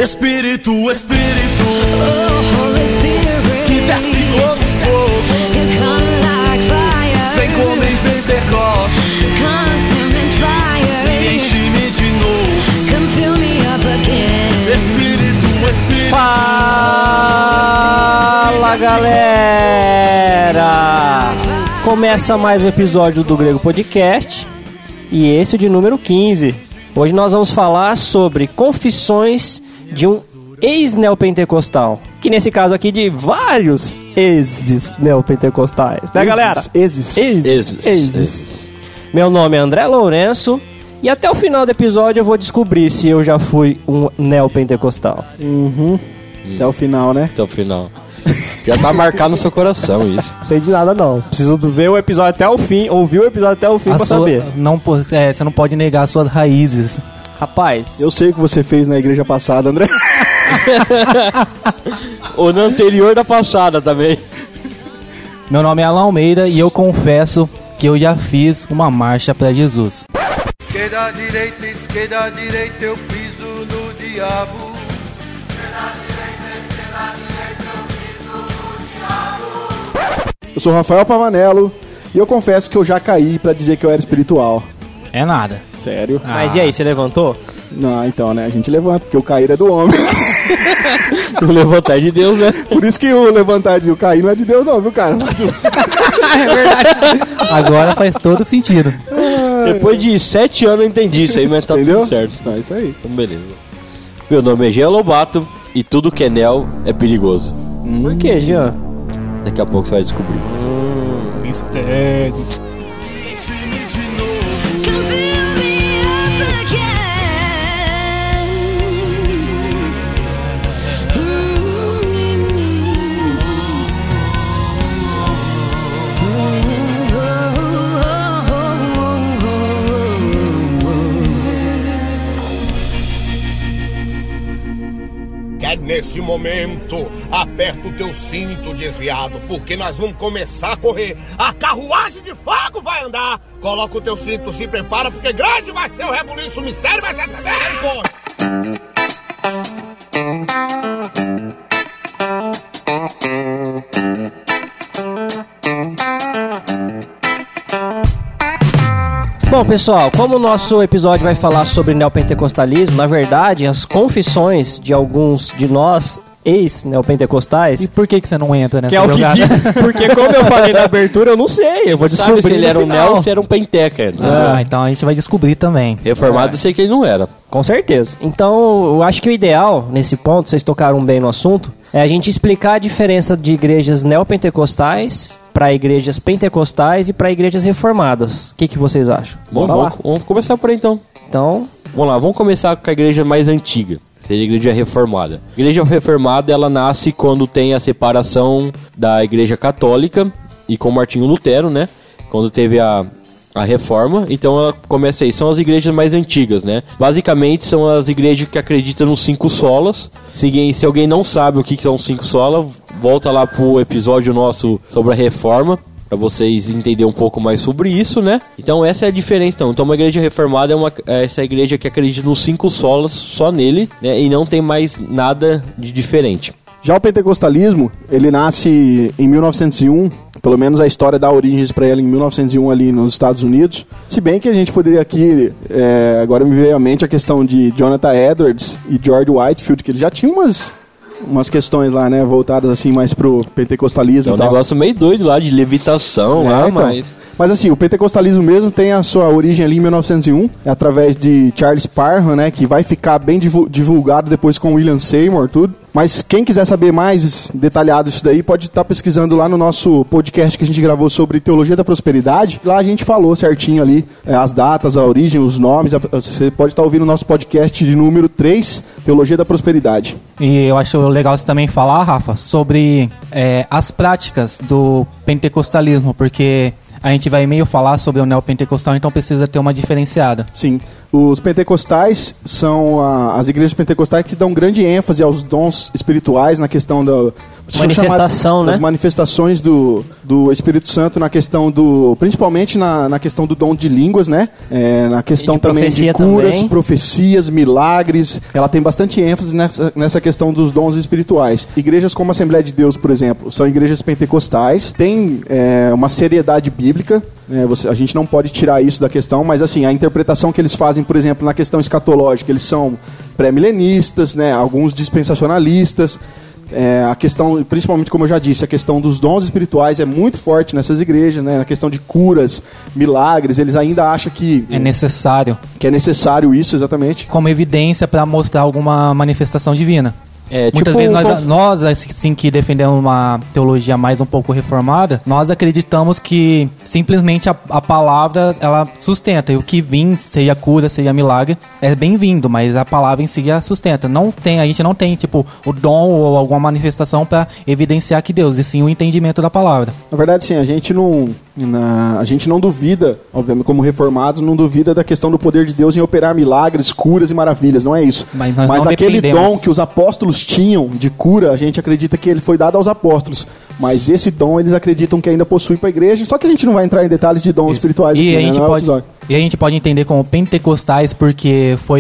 Espírito, Espírito, que desce como fogo, vem como em Pentecoste, e enche-me de novo. Espírito, Espírito. Fala, galera! Começa mais um episódio do Grego Podcast, e esse é o de número 15. Hoje nós vamos falar sobre confissões de um ex-neopentecostal, que nesse caso aqui de vários ex-neopentecostais, né, galera? Ex. Meu nome é André Lourenço e até o final do episódio eu vou descobrir se eu já fui um neopentecostal. Até o final, né? Até o final. Já tá marcado no seu coração isso. Sei de nada não. Preciso ver o episódio até o fim, ouvir o episódio até o fim pra saber. Você não pode negar as suas raízes. Rapaz, Eu sei o que você fez na igreja passada, André. Ou no anterior da passada também. Meu nome é Alan Almeida e eu confesso que eu já fiz uma marcha pra Jesus. Esquerda, direita, eu piso no diabo. Eu sou Rafael Pavanello e eu confesso que eu já caí pra dizer que eu era espiritual. É nada. Sério? mas e aí, você levantou? Não, então, né? A gente levanta, porque o cair é do homem. O levantar de Deus, né? Por isso que o levantar e o cair não é de Deus não, viu, cara? É verdade. Agora faz todo sentido. Depois de 7 anos eu entendi isso aí, mas tá Entendeu? tudo certo. Então é isso aí. Então beleza. Meu nome é Jean Lobato e tudo que é neo é perigoso. Por que, Jean? Daqui a pouco você vai descobrir. Mistério. Enche-me de novo. Nesse momento, aperta o teu cinto desviado, porque nós vamos começar a correr. A carruagem de fogo vai andar. Coloca o teu cinto, se prepara, porque grande vai ser o rebuliço, o mistério vai ser através e corre. Bom, pessoal, como o nosso episódio vai falar sobre neopentecostalismo, na verdade, as confissões de alguns de nós ex-neopentecostais... E por que você não entra nessa Que é o que jogada? diz, porque como eu falei na abertura, eu não sei, eu vou descobrir Sabe se ele no era um final. neo ou se era um penteca. Né? Então a gente vai descobrir também. Reformado eu sei que ele não era. Com certeza. Então, eu acho que o ideal, nesse ponto, vocês tocaram bem no assunto, é a gente explicar a diferença de igrejas neopentecostais para igrejas pentecostais e para igrejas reformadas. O que vocês acham? Bom, Bora lá. vamos começar por aí então. Então, Vamos lá, vamos começar com a igreja mais antiga. Seria a igreja reformada. A igreja reformada, ela nasce quando tem a separação da igreja católica e com Martinho Lutero, né? Quando teve a reforma, então ela começa aí, são as igrejas mais antigas, né? Basicamente são as igrejas que acreditam nos 5 solas. Se alguém não sabe o que são os 5 solas, volta lá pro episódio nosso sobre a reforma, para vocês entenderem um pouco mais sobre isso, né? Então essa é a diferença. Então uma igreja reformada é essa igreja que acredita nos 5 solas, só nele, né? E não tem mais nada de diferente. Já o pentecostalismo, ele nasce em 1901, pelo menos a história dá origens para ele em 1901 ali nos Estados Unidos. Se bem que a gente poderia aqui, agora me veio à mente a questão de Jonathan Edwards e George Whitefield, que eles já tinham umas questões lá, né, voltadas assim mais pro pentecostalismo. É um e tal. negócio meio doido lá, de levitação lá, então. Mas assim, o pentecostalismo mesmo tem a sua origem ali em 1901, através de Charles Parham, né, que vai ficar bem divulgado depois com William Seymour, tudo. Mas quem quiser saber mais detalhado isso daí, pode estar pesquisando lá no nosso podcast que a gente gravou sobre Teologia da Prosperidade. Lá a gente falou certinho ali as datas, a origem, os nomes. Você pode estar ouvindo o nosso podcast de número 3, Teologia da Prosperidade. E eu acho legal você também falar, Rafa, sobre as práticas do pentecostalismo, porque a gente vai meio falar sobre o neopentecostal, então precisa ter uma diferenciada. Sim, os pentecostais são as igrejas pentecostais que dão grande ênfase aos dons espirituais na questão manifestação, né? As manifestações do Espírito Santo na questão principalmente na questão do dom de línguas, né? Na questão também de curas, profecias, milagres. Ela tem bastante ênfase nessa questão dos dons espirituais. Igrejas como a Assembleia de Deus, por exemplo, são igrejas pentecostais, tem uma seriedade bíblica. A gente não pode tirar isso da questão, mas assim, a interpretação que eles fazem, por exemplo, na questão escatológica, eles são pré-milenistas, né? Alguns dispensacionalistas. A questão, principalmente como eu já disse, a questão dos dons espirituais é muito forte nessas igrejas, né? Na questão de curas, milagres, eles ainda acham que é necessário. Que é necessário isso, exatamente. Como evidência para mostrar alguma manifestação divina. Muitas vezes nós, assim, que defendemos uma teologia mais um pouco reformada, nós acreditamos que simplesmente a palavra, ela sustenta, e o que vir, seja cura, seja milagre, é bem-vindo, mas a palavra em si a sustenta. A gente não tem, tipo, o dom ou alguma manifestação para evidenciar que Deus, e sim o entendimento da palavra. Na verdade, sim, a gente não duvida, obviamente, como reformados, não duvida da questão do poder de Deus em operar milagres, curas e maravilhas, não é isso. Mas aquele dom que os apóstolos tinham de cura, a gente acredita que ele foi dado aos apóstolos. Mas esse dom eles acreditam que ainda possui para a igreja, só que a gente não vai entrar em detalhes de dons espirituais. E a gente pode entender como pentecostais porque foi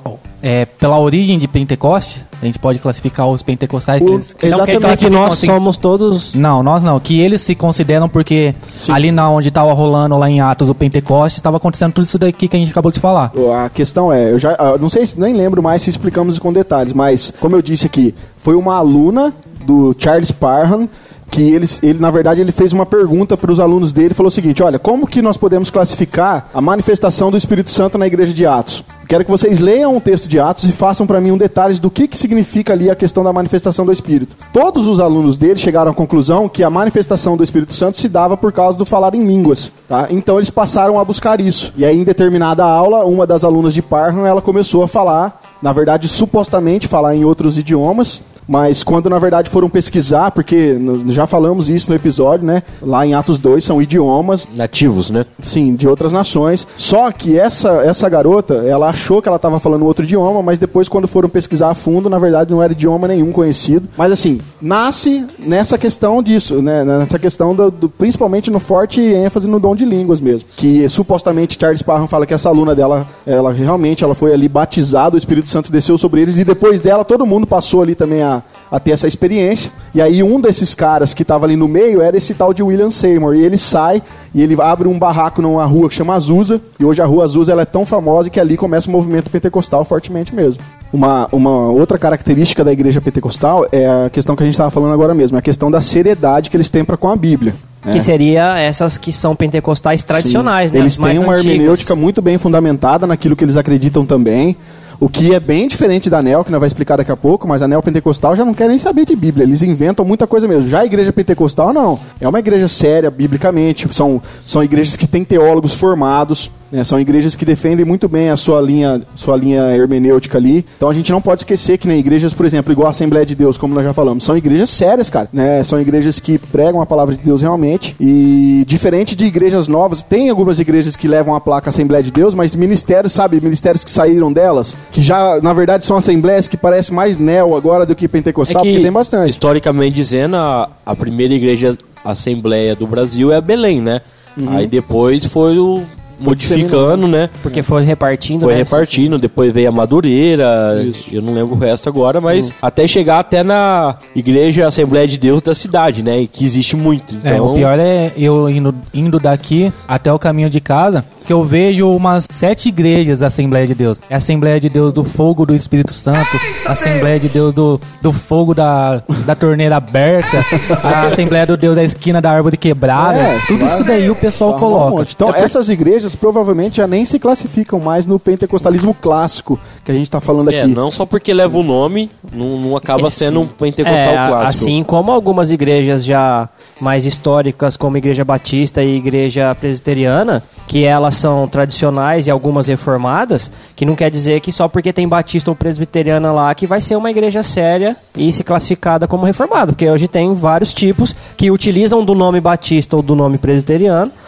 pela origem de Pentecoste. A gente pode classificar os pentecostais. Exatamente, que nós somos todos... Não, nós não. Que eles se consideram porque ali onde estava rolando lá em Atos o Pentecoste, estava acontecendo tudo isso daqui que a gente acabou de falar. A questão eu não sei, nem lembro mais se explicamos com detalhes, mas como eu disse aqui, foi uma aluna do Charles Parham que ele na verdade ele fez uma pergunta para os alunos dele e falou o seguinte: olha, como que nós podemos classificar a manifestação do Espírito Santo na igreja de Atos? Quero que vocês leiam um texto de Atos e façam para mim um detalhe do que significa ali a questão da manifestação do Espírito. Todos os alunos dele chegaram à conclusão que a manifestação do Espírito Santo se dava por causa do falar em línguas, tá? Então eles passaram a buscar isso. E aí em determinada aula, uma das alunas de Parham, ela começou a falar, na verdade supostamente falar em outros idiomas, mas quando na verdade foram pesquisar, porque já falamos isso no episódio, né? Lá em Atos 2 são idiomas nativos, né? Sim, de outras nações. Só que essa garota, ela achou que ela estava falando outro idioma, mas depois quando foram pesquisar a fundo, na verdade não era idioma nenhum conhecido. Mas assim, nasce nessa questão disso, né? Nessa questão principalmente no forte ênfase no dom de línguas mesmo. Que supostamente Charles Parham fala que essa aluna dela, ela realmente foi ali batizada, o Espírito Santo desceu sobre eles e depois dela todo mundo passou ali também a ter essa experiência. E aí um desses caras que estava ali no meio era esse tal de William Seymour. E ele sai e ele abre um barraco numa rua que chama Azusa. E hoje a rua Azusa ela é tão famosa que ali começa o movimento pentecostal fortemente mesmo. Uma outra característica da igreja pentecostal é a questão que a gente estava falando agora mesmo, é a questão da seriedade que eles têm para com a Bíblia. Que seria essas que são pentecostais tradicionais, né? Eles têm uma hermenêutica muito bem fundamentada naquilo que eles acreditam também. O que é bem diferente da NEL, que nós vamos explicar daqui a pouco, mas a NEL pentecostal já não quer nem saber de Bíblia, eles inventam muita coisa mesmo. Já a igreja pentecostal, não. É uma igreja séria, biblicamente, são igrejas que têm teólogos formados, né? São igrejas que defendem muito bem a sua linha hermenêutica ali. Então a gente não pode esquecer que nem igrejas, por exemplo, igual a Assembleia de Deus, como nós já falamos, são igrejas sérias, cara, né? São igrejas que pregam a palavra de Deus realmente, e diferente de igrejas novas, tem algumas igrejas que levam a placa Assembleia de Deus, mas ministérios que saíram delas, que já, na verdade, são assembleias que parecem mais neo agora do que pentecostal, porque tem bastante. Historicamente dizendo, a primeira igreja Assembleia do Brasil é a Belém, né? Aí depois foi modificando, né? Porque foi repartindo. Foi repartindo, depois veio a Madureira, eu não lembro o resto agora, mas até chegar até na igreja Assembleia de Deus da cidade, né? Que existe muito. Então... o pior é eu indo daqui até o caminho de casa, que eu vejo umas 7 igrejas da Assembleia de Deus. É a Assembleia de Deus do Fogo do Espírito Santo, a Assembleia de Deus do Fogo da torneira aberta, a Assembleia do Deus da esquina da árvore quebrada. Tudo isso daí o pessoal coloca. Então essas igrejas provavelmente já nem se classificam mais no pentecostalismo clássico que a gente está falando aqui. Não só porque leva o nome, não acaba sendo um pentecostal clássico. Assim como algumas igrejas já mais históricas, como Igreja Batista e Igreja Presbiteriana, que elas são tradicionais e algumas reformadas, que não quer dizer que só porque tem batista ou presbiteriana lá que vai ser uma igreja séria e se classificada como reformada, porque hoje tem vários tipos que utilizam do nome batista ou do nome presbiteriano,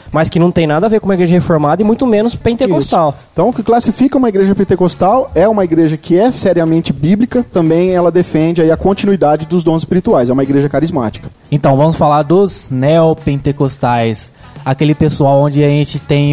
mas que não tem nada a ver com uma igreja reformada e muito menos pentecostal. Isso. Então, o que classifica uma igreja pentecostal é uma igreja que é seriamente bíblica, também ela defende aí a continuidade dos dons espirituais, é uma igreja carismática. Então, vamos falar dos neopentecostais, aquele pessoal onde a gente tem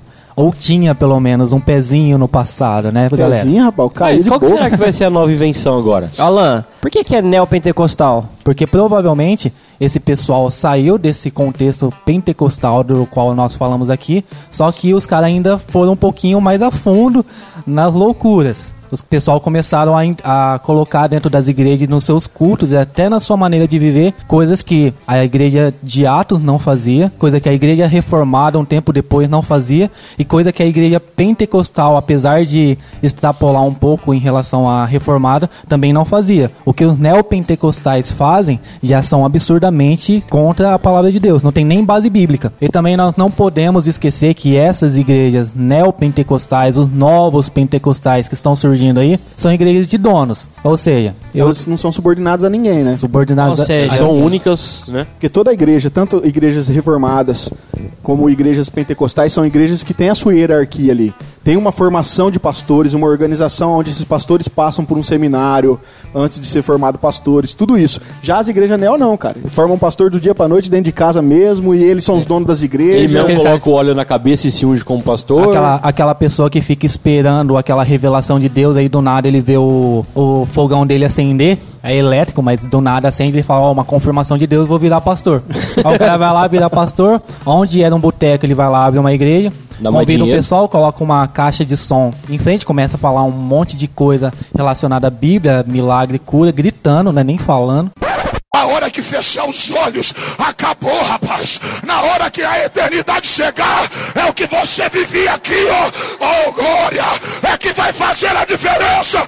ou tinha, pelo menos, um pezinho no passado, né, galera? Pezinho, rapaz, caiu de qual boca. será que vai ser a nova invenção agora? Alan, por que é neopentecostal? Porque provavelmente esse pessoal saiu desse contexto pentecostal do qual nós falamos aqui, só que os caras ainda foram um pouquinho mais a fundo nas loucuras. Os pessoal começaram a colocar dentro das igrejas, nos seus cultos e até na sua maneira de viver, coisas que a igreja de Atos não fazia, coisa que a igreja reformada um tempo depois não fazia, e coisa que a igreja pentecostal, apesar de extrapolar um pouco em relação à reformada, também não fazia. O que os neopentecostais fazem já são absurdamente contra a palavra de Deus, não tem nem base bíblica. E também nós não podemos esquecer que essas igrejas neopentecostais, os novos pentecostais que estão surgindo aí, são igrejas de donos. Ou seja, elas não são subordinadas a ninguém, né? Subordinadas Ou seja, são únicas, né? Porque toda igreja, tanto igrejas reformadas como igrejas pentecostais, são igrejas que têm a sua hierarquia ali. Tem uma formação de pastores, uma organização onde esses pastores passam por um seminário antes de ser formado pastores, tudo isso. Já as igrejas neo não, cara. Formam um pastor do dia pra noite dentro de casa mesmo e eles são os donos das igrejas. Ele mesmo coloca o óleo na cabeça e se unge como pastor. Aquela pessoa que fica esperando aquela revelação de Deus, aí do nada ele vê o fogão dele acender, é elétrico, mas do nada acende e fala, uma confirmação de Deus, vou virar pastor. Aí o cara vai lá, vira pastor, onde era um boteco, ele vai lá, abre uma igreja, convida o pessoal, coloca uma caixa de som em frente, começa a falar um monte de coisa relacionada à Bíblia, milagre, cura, gritando, não é nem falando. A hora que fechar os olhos, acabou, rapaz. Na hora que a eternidade chegar, é o que você vivia aqui, ó. Oh, glória! É que vai fazer a diferença.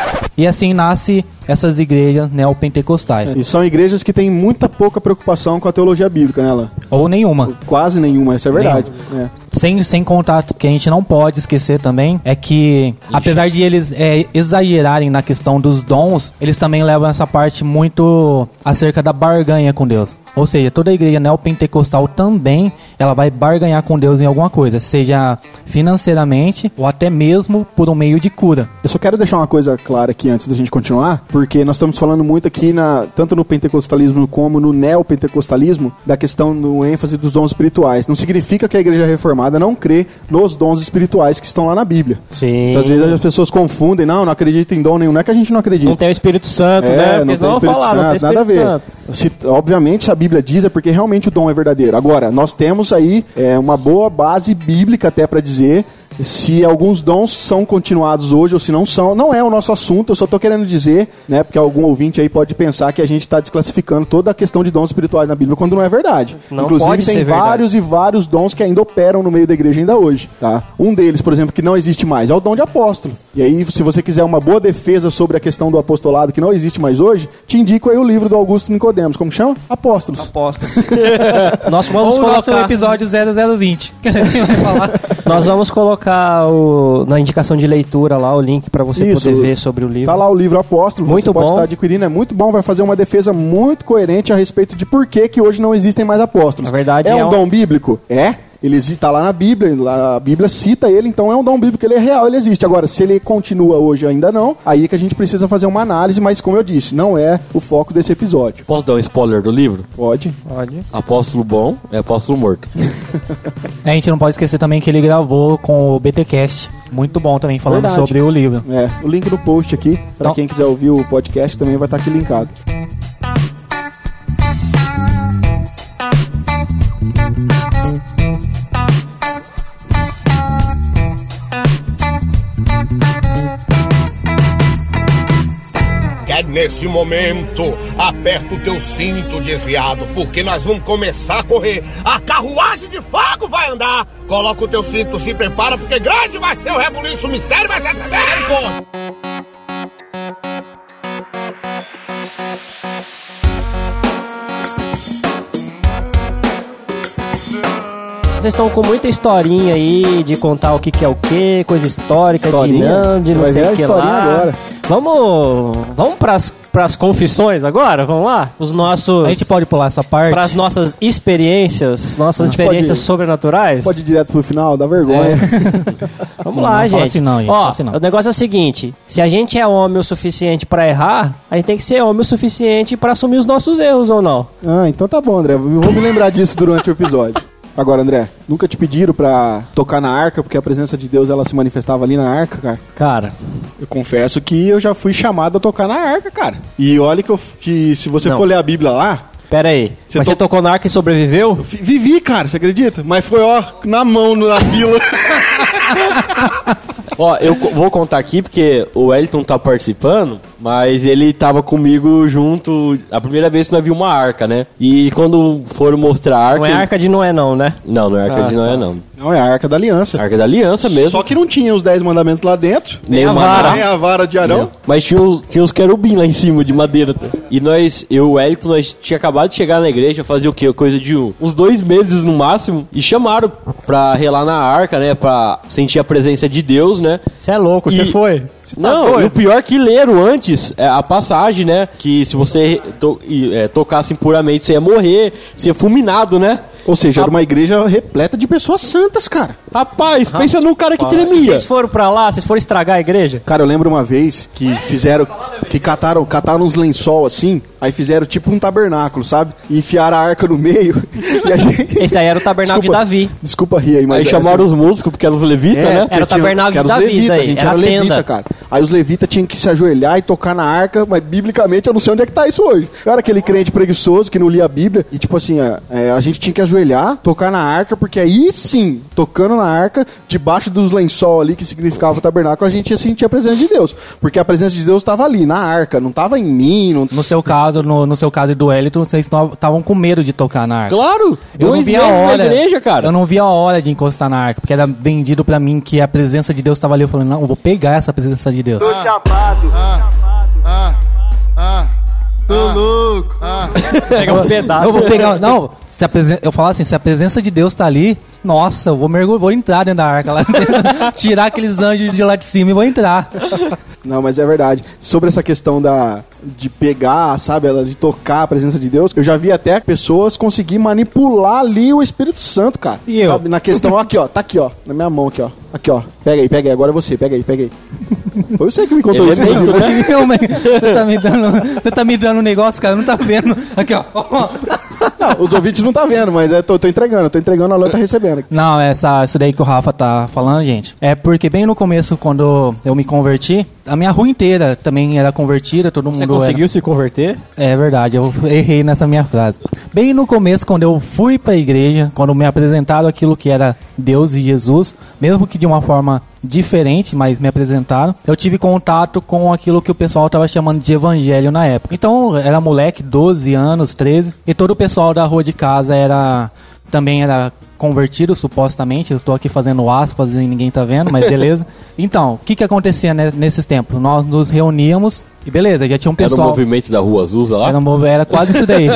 E assim nasce essas igrejas neopentecostais. E são igrejas que têm muita pouca preocupação com a teologia bíblica, né, Alan? Ou nenhuma. Quase nenhuma, isso é verdade. É. Sem contar que a gente não pode esquecer também, é que apesar de eles exagerarem na questão dos dons, eles também levam essa parte muito acerca da barganha com Deus. Ou seja, toda a igreja neopentecostal também, ela vai barganhar com Deus em alguma coisa, seja financeiramente ou até mesmo por um meio de cura. Eu só quero deixar uma coisa clara aqui antes da gente continuar, porque nós estamos falando muito aqui, tanto no pentecostalismo como no neopentecostalismo, da questão do ênfase dos dons espirituais. Não significa que a igreja reformada não crê nos dons espirituais que estão lá na Bíblia. Sim. Então, às vezes as pessoas confundem, não acredita em dom nenhum. Não é que a gente não acredita. Não tem o Espírito Santo, né? Porque não tem o Espírito Santo, não tem nada a ver. Santo. Obviamente, se a Bíblia diz, é porque realmente o dom é verdadeiro. Agora, nós temos aí uma boa base bíblica até para dizer se alguns dons são continuados hoje ou se não são. Não é o nosso assunto, eu só estou querendo dizer, né, porque algum ouvinte aí pode pensar que a gente está desclassificando toda a questão de dons espirituais na Bíblia, quando não é verdade. Não Inclusive pode tem ser vários e vários dons que ainda operam no meio da igreja ainda hoje, tá? Um deles, por exemplo, que não existe mais, é o dom de apóstolo. E aí, se você quiser uma boa defesa sobre a questão do apostolado que não existe mais hoje, te indico aí o livro do Augusto Nicodemos. Como chama? Apóstolos. Apóstolo. Nós vamos Ou o nosso colocar... episódio 0020. Que vai falar. Nós vamos colocar na indicação de leitura lá o link para você poder ver sobre o livro. Tá lá o livro Apóstolo, muito você pode bom. estar adquirindo, é muito bom, vai fazer uma defesa muito coerente a respeito de por que hoje não existem mais apóstolos. Na verdade, é um dom bíblico? Ele está lá na Bíblia, a Bíblia cita ele, então é um dom bíblico, ele é real, ele existe. Agora, se ele continua hoje ainda não, aí é que a gente precisa fazer uma análise, mas como eu disse, não é o foco desse episódio. Posso dar um spoiler do livro? Pode. Apóstolo bom é apóstolo morto. A gente não pode esquecer também que ele gravou com o BTcast. Muito bom também, falando Verdade. sobre o livro. O link no post aqui, para Então, quem quiser ouvir o podcast, também vai estar aqui linkado. Nesse momento, aperta o teu cinto desviado, porque nós vamos começar a correr. A carruagem de fogo vai andar. Coloca o teu cinto, se prepara, porque grande vai ser o rebuliço, o mistério vai ser misericórdia. Vocês estão com muita historinha aí de contar o que é o que, coisa histórica, de não sei o que lá. Agora. Vamos pras confissões agora? Vamos lá? Os nossos... A gente pode pular essa parte? Pras nossas experiências sobrenaturais? Pode ir direto pro final, dá vergonha. Vamos lá, gente. Fala assim não, gente. Ó, fala assim não. o negócio é o seguinte, se a gente é homem o suficiente pra errar, a gente tem que ser homem o suficiente pra assumir os nossos erros, ou não? Ah, então tá bom, André. Eu vou me lembrar disso durante o episódio. Agora, André, nunca te pediram pra tocar na arca, porque a presença de Deus, ela se manifestava ali na arca, cara? Cara, Eu confesso que eu já fui chamado a tocar na arca, cara. E olha que se você for ler a Bíblia lá... pera aí, mas você tocou na arca e sobreviveu? Vivi, cara, você acredita? Mas foi, na mão, na fila. Ó, eu vou contar aqui porque o Wellington tá participando, mas ele tava comigo junto a primeira vez que nós vimos uma arca, né? E quando foram mostrar a arca... Não é arca de Noé não, né? Não é arca de Noé não. Não, é a arca da aliança. Arca da aliança mesmo. Só que não tinha os 10 mandamentos lá dentro. Nem a vara. Nem a vara de Arão. Não. Mas tinha uns querubim lá em cima, de madeira. E eu e o Wellington, nós tinha acabado de chegar na igreja, fazer o quê? Coisa de uns 2 meses no máximo. E chamaram pra relar na arca, né? Pra sentir a presença de Deus, né? Você é louco, você foi? Você tá Não, doido? e o pior que leram antes a passagem, né? Que se você tocasse impuramente, você ia morrer, você ia fulminado, né? Ou seja, era uma igreja repleta de pessoas santas, cara. Rapaz, pensa num cara que tremia. Vocês foram pra lá, vocês foram estragar a igreja? Cara, eu lembro uma vez que que cataram uns lençol assim, aí fizeram tipo um tabernáculo, sabe? E enfiaram a arca no meio. E a gente... Esse aí era o tabernáculo de Davi. Desculpa rir aí, mas... Aí chamaram os músicos, porque eram os levitas, né? Era o tabernáculo de Davi, a aí. gente Era era a tenda. levita, cara. Aí os levitas tinham que se ajoelhar e tocar na arca, mas biblicamente eu não sei onde é que tá isso hoje. Eu era aquele crente preguiçoso que não lia a Bíblia e tipo assim, a gente tinha que ajoelhar, tocar na arca, porque aí sim, tocando na arca, debaixo dos lençol ali, que significava o tabernáculo, a gente ia sentir a presença de Deus. Porque a presença de Deus estava ali, na arca, não estava em mim. Não... No seu caso e do Wellington, vocês estavam com medo de tocar na arca. Claro! Eu não vi a hora. Na igreja, cara. Eu não vi a hora de encostar na arca, porque era vendido pra mim que a presença de Deus estava ali. Eu falei, não, eu vou pegar essa presença de Deus. Tô louco. Pega um pedaço. Eu vou pegar. Não, eu falo assim, se a presença de Deus tá ali, nossa, eu vou entrar dentro da arca lá dentro, tirar aqueles anjos de lá de cima e vou entrar. Não, mas é verdade. Sobre essa questão de pegar, sabe, de tocar a presença de Deus, eu já vi até pessoas conseguir manipular ali o Espírito Santo, cara. E eu? Sabe, na questão, aqui, ó, tá aqui, ó, na minha mão aqui, ó. Aqui, ó. Pega aí, agora é você, pega aí. Foi você que me contou isso. Elemento, né? Você tá me dando um negócio, cara, não tá vendo. Aqui, ó. Não, os ouvintes não tá vendo, mas eu tô entregando, a Lã tá recebendo. Não, isso daí que o Rafa tá falando, gente, é porque bem no começo, quando eu me converti, a minha rua inteira também era convertida, todo mundo Você conseguiu se converter? É verdade, eu errei nessa minha frase. Bem no começo, quando eu fui pra igreja, quando me apresentaram aquilo que era Deus e Jesus, mesmo que de uma forma diferente, mas me apresentaram, eu tive contato com aquilo que o pessoal tava chamando de evangelho na época. Então, era moleque, 12 anos, 13, e todo o pessoal da rua de casa também era convertido, supostamente. Eu estou aqui fazendo aspas e ninguém tá vendo, mas beleza. Então, o que acontecia nesses tempos? Nós nos reuníamos e beleza, já tinha um pessoal... Era o movimento da Rua Azusa lá? Era quase isso daí.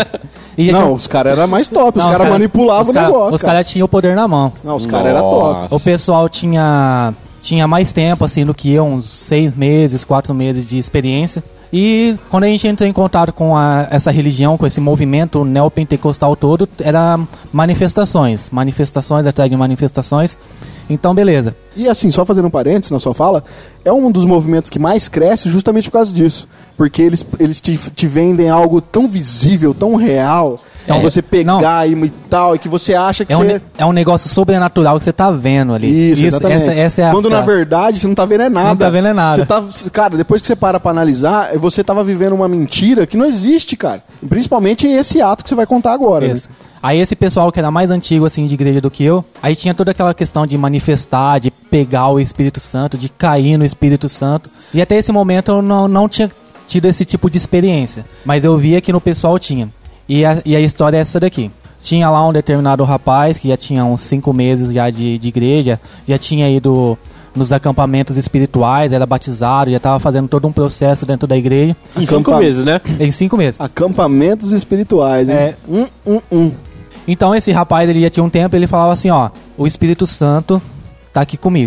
Os caras eram mais top, os caras manipulavam o negócio. Os caras tinham o poder na mão. Não, os caras eram top. O pessoal tinha mais tempo, assim, do que eu, uns 6 meses, 4 meses de experiência. E quando a gente entrou em contato com essa religião, com esse movimento neopentecostal todo, era manifestações atrás de manifestações. Então, beleza. E assim, só fazendo um parênteses na sua fala, é um dos movimentos que mais cresce justamente por causa disso. Porque eles te vendem algo tão visível, tão real... Então você pegar e tal, e que você acha que é um negócio sobrenatural que você tá vendo ali. Isso, exatamente. Essa é Quando na verdade você não tá vendo nada. Não tá vendo nada. Cara, depois que você para pra analisar, você tava vivendo uma mentira que não existe, cara. Principalmente esse ato que você vai contar agora. Isso. Né? Aí esse pessoal que era mais antigo assim de igreja do que eu, aí tinha toda aquela questão de manifestar, de pegar o Espírito Santo, de cair no Espírito Santo. E até esse momento eu não tinha tido esse tipo de experiência. Mas eu via que no pessoal tinha. E a história é essa daqui. Tinha lá um determinado rapaz que já tinha uns 5 meses já de igreja, já tinha ido nos acampamentos espirituais, era batizado, já estava fazendo todo um processo dentro da igreja. Em 5 meses, né? Em 5 meses. Acampamentos espirituais, hein? Então esse rapaz, ele já tinha um tempo, ele falava assim, ó, o Espírito Santo tá aqui comigo.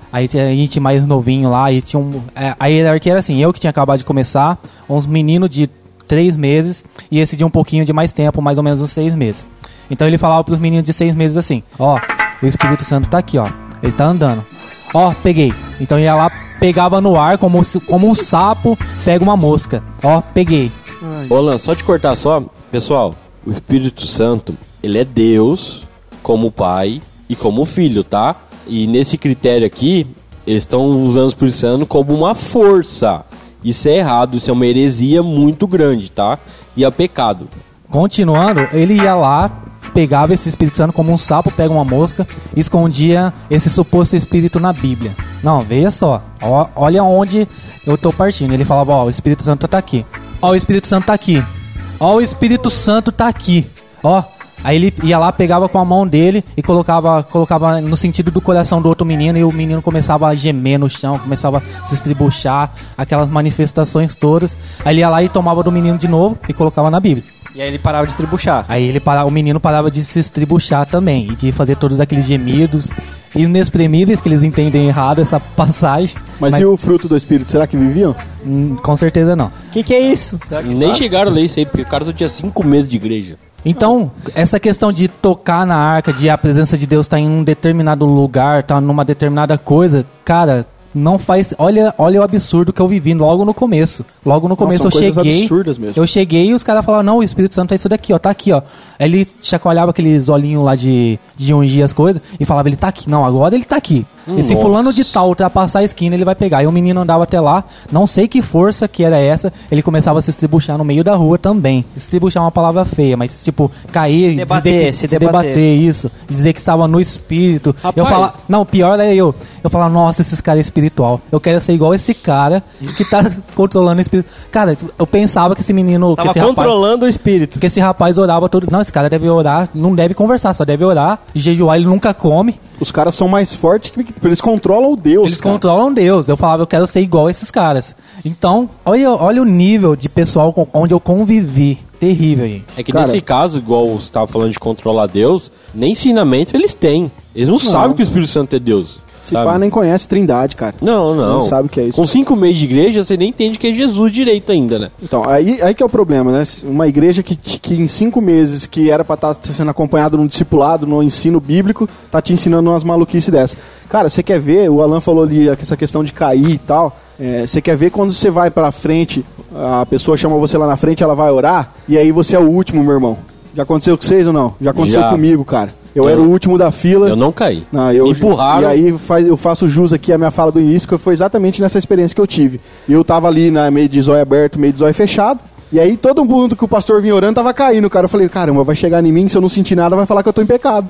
Aí tinha a gente mais novinho lá, e tinha a hierarquia era assim, eu que tinha acabado de começar, uns meninos de 3 meses, e esse de um pouquinho de mais tempo, mais ou menos uns 6 meses. Então ele falava pros meninos de 6 meses assim, ó, o Espírito Santo tá aqui, ó, ele tá andando. Ó, peguei. Então ia lá, pegava no ar, como um sapo pega uma mosca. Ó, peguei. Ô, Lan, só te cortar só, pessoal, o Espírito Santo, ele é Deus como Pai e como Filho, tá? E nesse critério aqui, eles estão usando o Espírito Santo como uma força. Isso é errado, isso é uma heresia muito grande, tá? E é pecado. Continuando, ele ia lá, pegava esse Espírito Santo como um sapo pega uma mosca, e escondia esse suposto Espírito na Bíblia. Não, veja só, ó, olha onde eu tô partindo. Ele falava, ó, o Espírito Santo tá aqui. Ó, o Espírito Santo tá aqui. Ó, o Espírito Santo tá aqui. Ó, aí ele ia lá, pegava com a mão dele e colocava no sentido do coração do outro menino, e o menino começava a gemer no chão, começava a se estribuchar, aquelas manifestações todas. Aí ele ia lá e tomava do menino de novo e colocava na Bíblia. E aí ele parava de estribuchar. Aí o menino parava de se estribuchar também, e de fazer todos aqueles gemidos inexprimíveis, que eles entendem errado essa passagem. Mas e o fruto do Espírito, será que viviam? Com certeza não. O que é isso? Nem chegaram a ler isso aí, porque o cara só tinha 5 meses de igreja. Então, essa questão de tocar na arca, de a presença de Deus estar em um determinado lugar, estar numa determinada coisa, cara, não faz... Olha o absurdo que eu vivi logo no começo. Logo no começo eu cheguei... Mesmo. Eu cheguei e os caras falaram, não, o Espírito Santo é isso daqui, ó, tá aqui, ó. Aí ele chacoalhava aqueles olhinhos lá de ungir as coisas e falava, ele tá aqui. Não, agora ele tá aqui. E se fulano de tal ultrapassar a esquina, ele vai pegar. E o menino andava até lá, não sei que força que era essa, ele começava a se estribuchar no meio da rua também. Estribuchar é uma palavra feia, mas tipo, cair, se debater, isso. Dizer que estava no espírito. Rapaz. Eu falava, não, pior é eu falava, nossa, esses caras é espiritual. Eu quero ser igual esse cara que tá controlando o espírito. Cara, eu pensava que esse menino... Tava esse controlando o espírito. Que esse rapaz orava todo... Não, esse cara deve orar, não deve conversar, só deve orar, jejuar, ele nunca come. Os caras são mais fortes que eles controlam o Deus. Eles controlam Deus. Eu falava, eu quero ser igual a esses caras. Então, olha o nível de pessoal onde eu convivi. Terrível, gente. É que nesse caso, igual você estava falando de controlar Deus, nem ensinamento eles têm. Eles não sabem que o Espírito Santo é Deus. Esse pai nem conhece Trindade, cara. Não sabe o que é isso. Com 5 meses de igreja, você nem entende que é Jesus direito ainda, né? Então, aí que é o problema, né? Uma igreja que em 5 meses, que era pra estar sendo acompanhado num discipulado, no ensino bíblico, tá te ensinando umas maluquices dessas. Cara, você quer ver, o Alan falou ali, essa questão de cair e tal, você quer ver quando você vai pra frente, a pessoa chama você lá na frente, ela vai orar, e aí você é o último, meu irmão. Já aconteceu com vocês ou não? Já aconteceu comigo, cara. Eu era o último da fila. Eu não caí. Me empurraram. E aí eu faço jus aqui a minha fala do início, que foi exatamente nessa experiência que eu tive. Eu tava ali, meio de zóio aberto, meio de zóio fechado. E aí todo mundo que o pastor vinha orando tava caindo, cara. Eu falei, caramba, vai chegar em mim, se eu não sentir nada, vai falar que eu tô em pecado.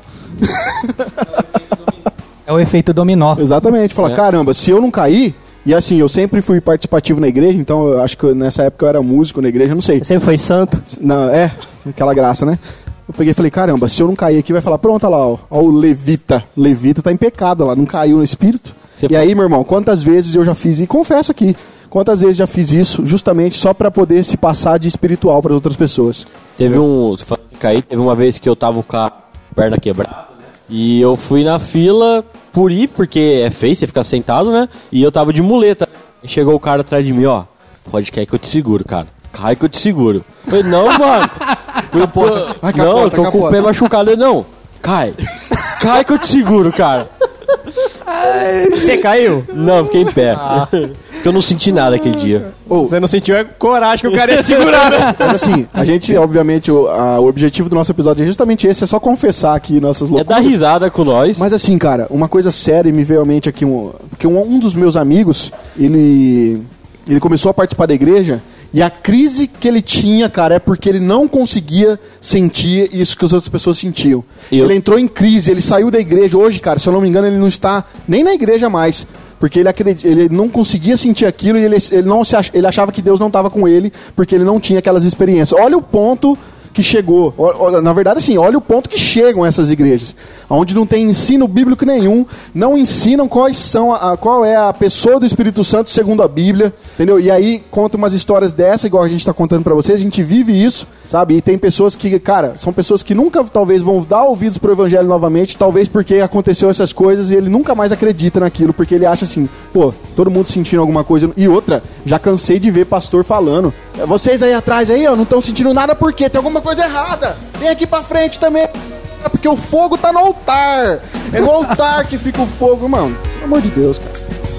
É o efeito dominó. Exatamente. Fala, caramba, se eu não cair... E assim, eu sempre fui participativo na igreja, então eu acho que nessa época eu era músico na igreja, eu não sei. Você sempre foi santo? Não, aquela graça, né? Eu peguei e falei, caramba, se eu não cair aqui, vai falar, pronto, olha lá, ó o Levita. Levita tá em pecado lá, não caiu no espírito. Aí, meu irmão, quantas vezes eu já fiz, e confesso aqui, quantas vezes já fiz isso justamente só pra poder se passar de espiritual para outras pessoas. Teve uma vez que eu tava com a perna quebrada, e eu fui na fila por ir, porque é feio você ficar sentado, né? E eu tava de muleta. E chegou o cara atrás de mim, ó, pode cair que eu te seguro, cara. Cai que eu te seguro. Eu falei, não, mano. Eu tô com o pé machucado. Não, cai que eu te seguro, cara. Você caiu? Não, fiquei em pé. Porque eu não senti nada aquele dia. Você não sentiu a coragem que o cara ia segurar, né? Mas assim, a gente, obviamente, o objetivo do nosso episódio é justamente esse, é só confessar aqui nossas loucuras. É dar risada com nós. Mas assim, cara, uma coisa séria me veio à mente aqui, porque um dos meus amigos, ele começou a participar da igreja. E a crise que ele tinha, cara, é porque ele não conseguia sentir isso que as outras pessoas sentiam. Ele entrou em crise, ele saiu da igreja. Hoje, cara, se eu não me engano, ele não está nem na igreja mais. Porque ele não conseguia sentir aquilo e ele achava que Deus não estava com ele, porque ele não tinha aquelas experiências. Olha o ponto que chegou. Na verdade, assim, olha o ponto que chegam essas igrejas. Onde não tem ensino bíblico nenhum, não ensinam qual é a pessoa do Espírito Santo segundo a Bíblia, entendeu? E aí conta umas histórias dessa, igual a gente tá contando pra vocês, a gente vive isso, sabe? E tem pessoas que, cara, são pessoas que nunca, talvez, vão dar ouvidos pro evangelho novamente, talvez porque aconteceu essas coisas e ele nunca mais acredita naquilo, porque ele acha assim, pô, todo mundo sentindo alguma coisa. E outra, já cansei de ver pastor falando, vocês aí atrás aí, ó, não estão sentindo nada porque tem alguma coisa errada, vem aqui pra frente também. Porque o fogo tá no altar. É no altar que fica o fogo, mano. Pelo amor de Deus, cara.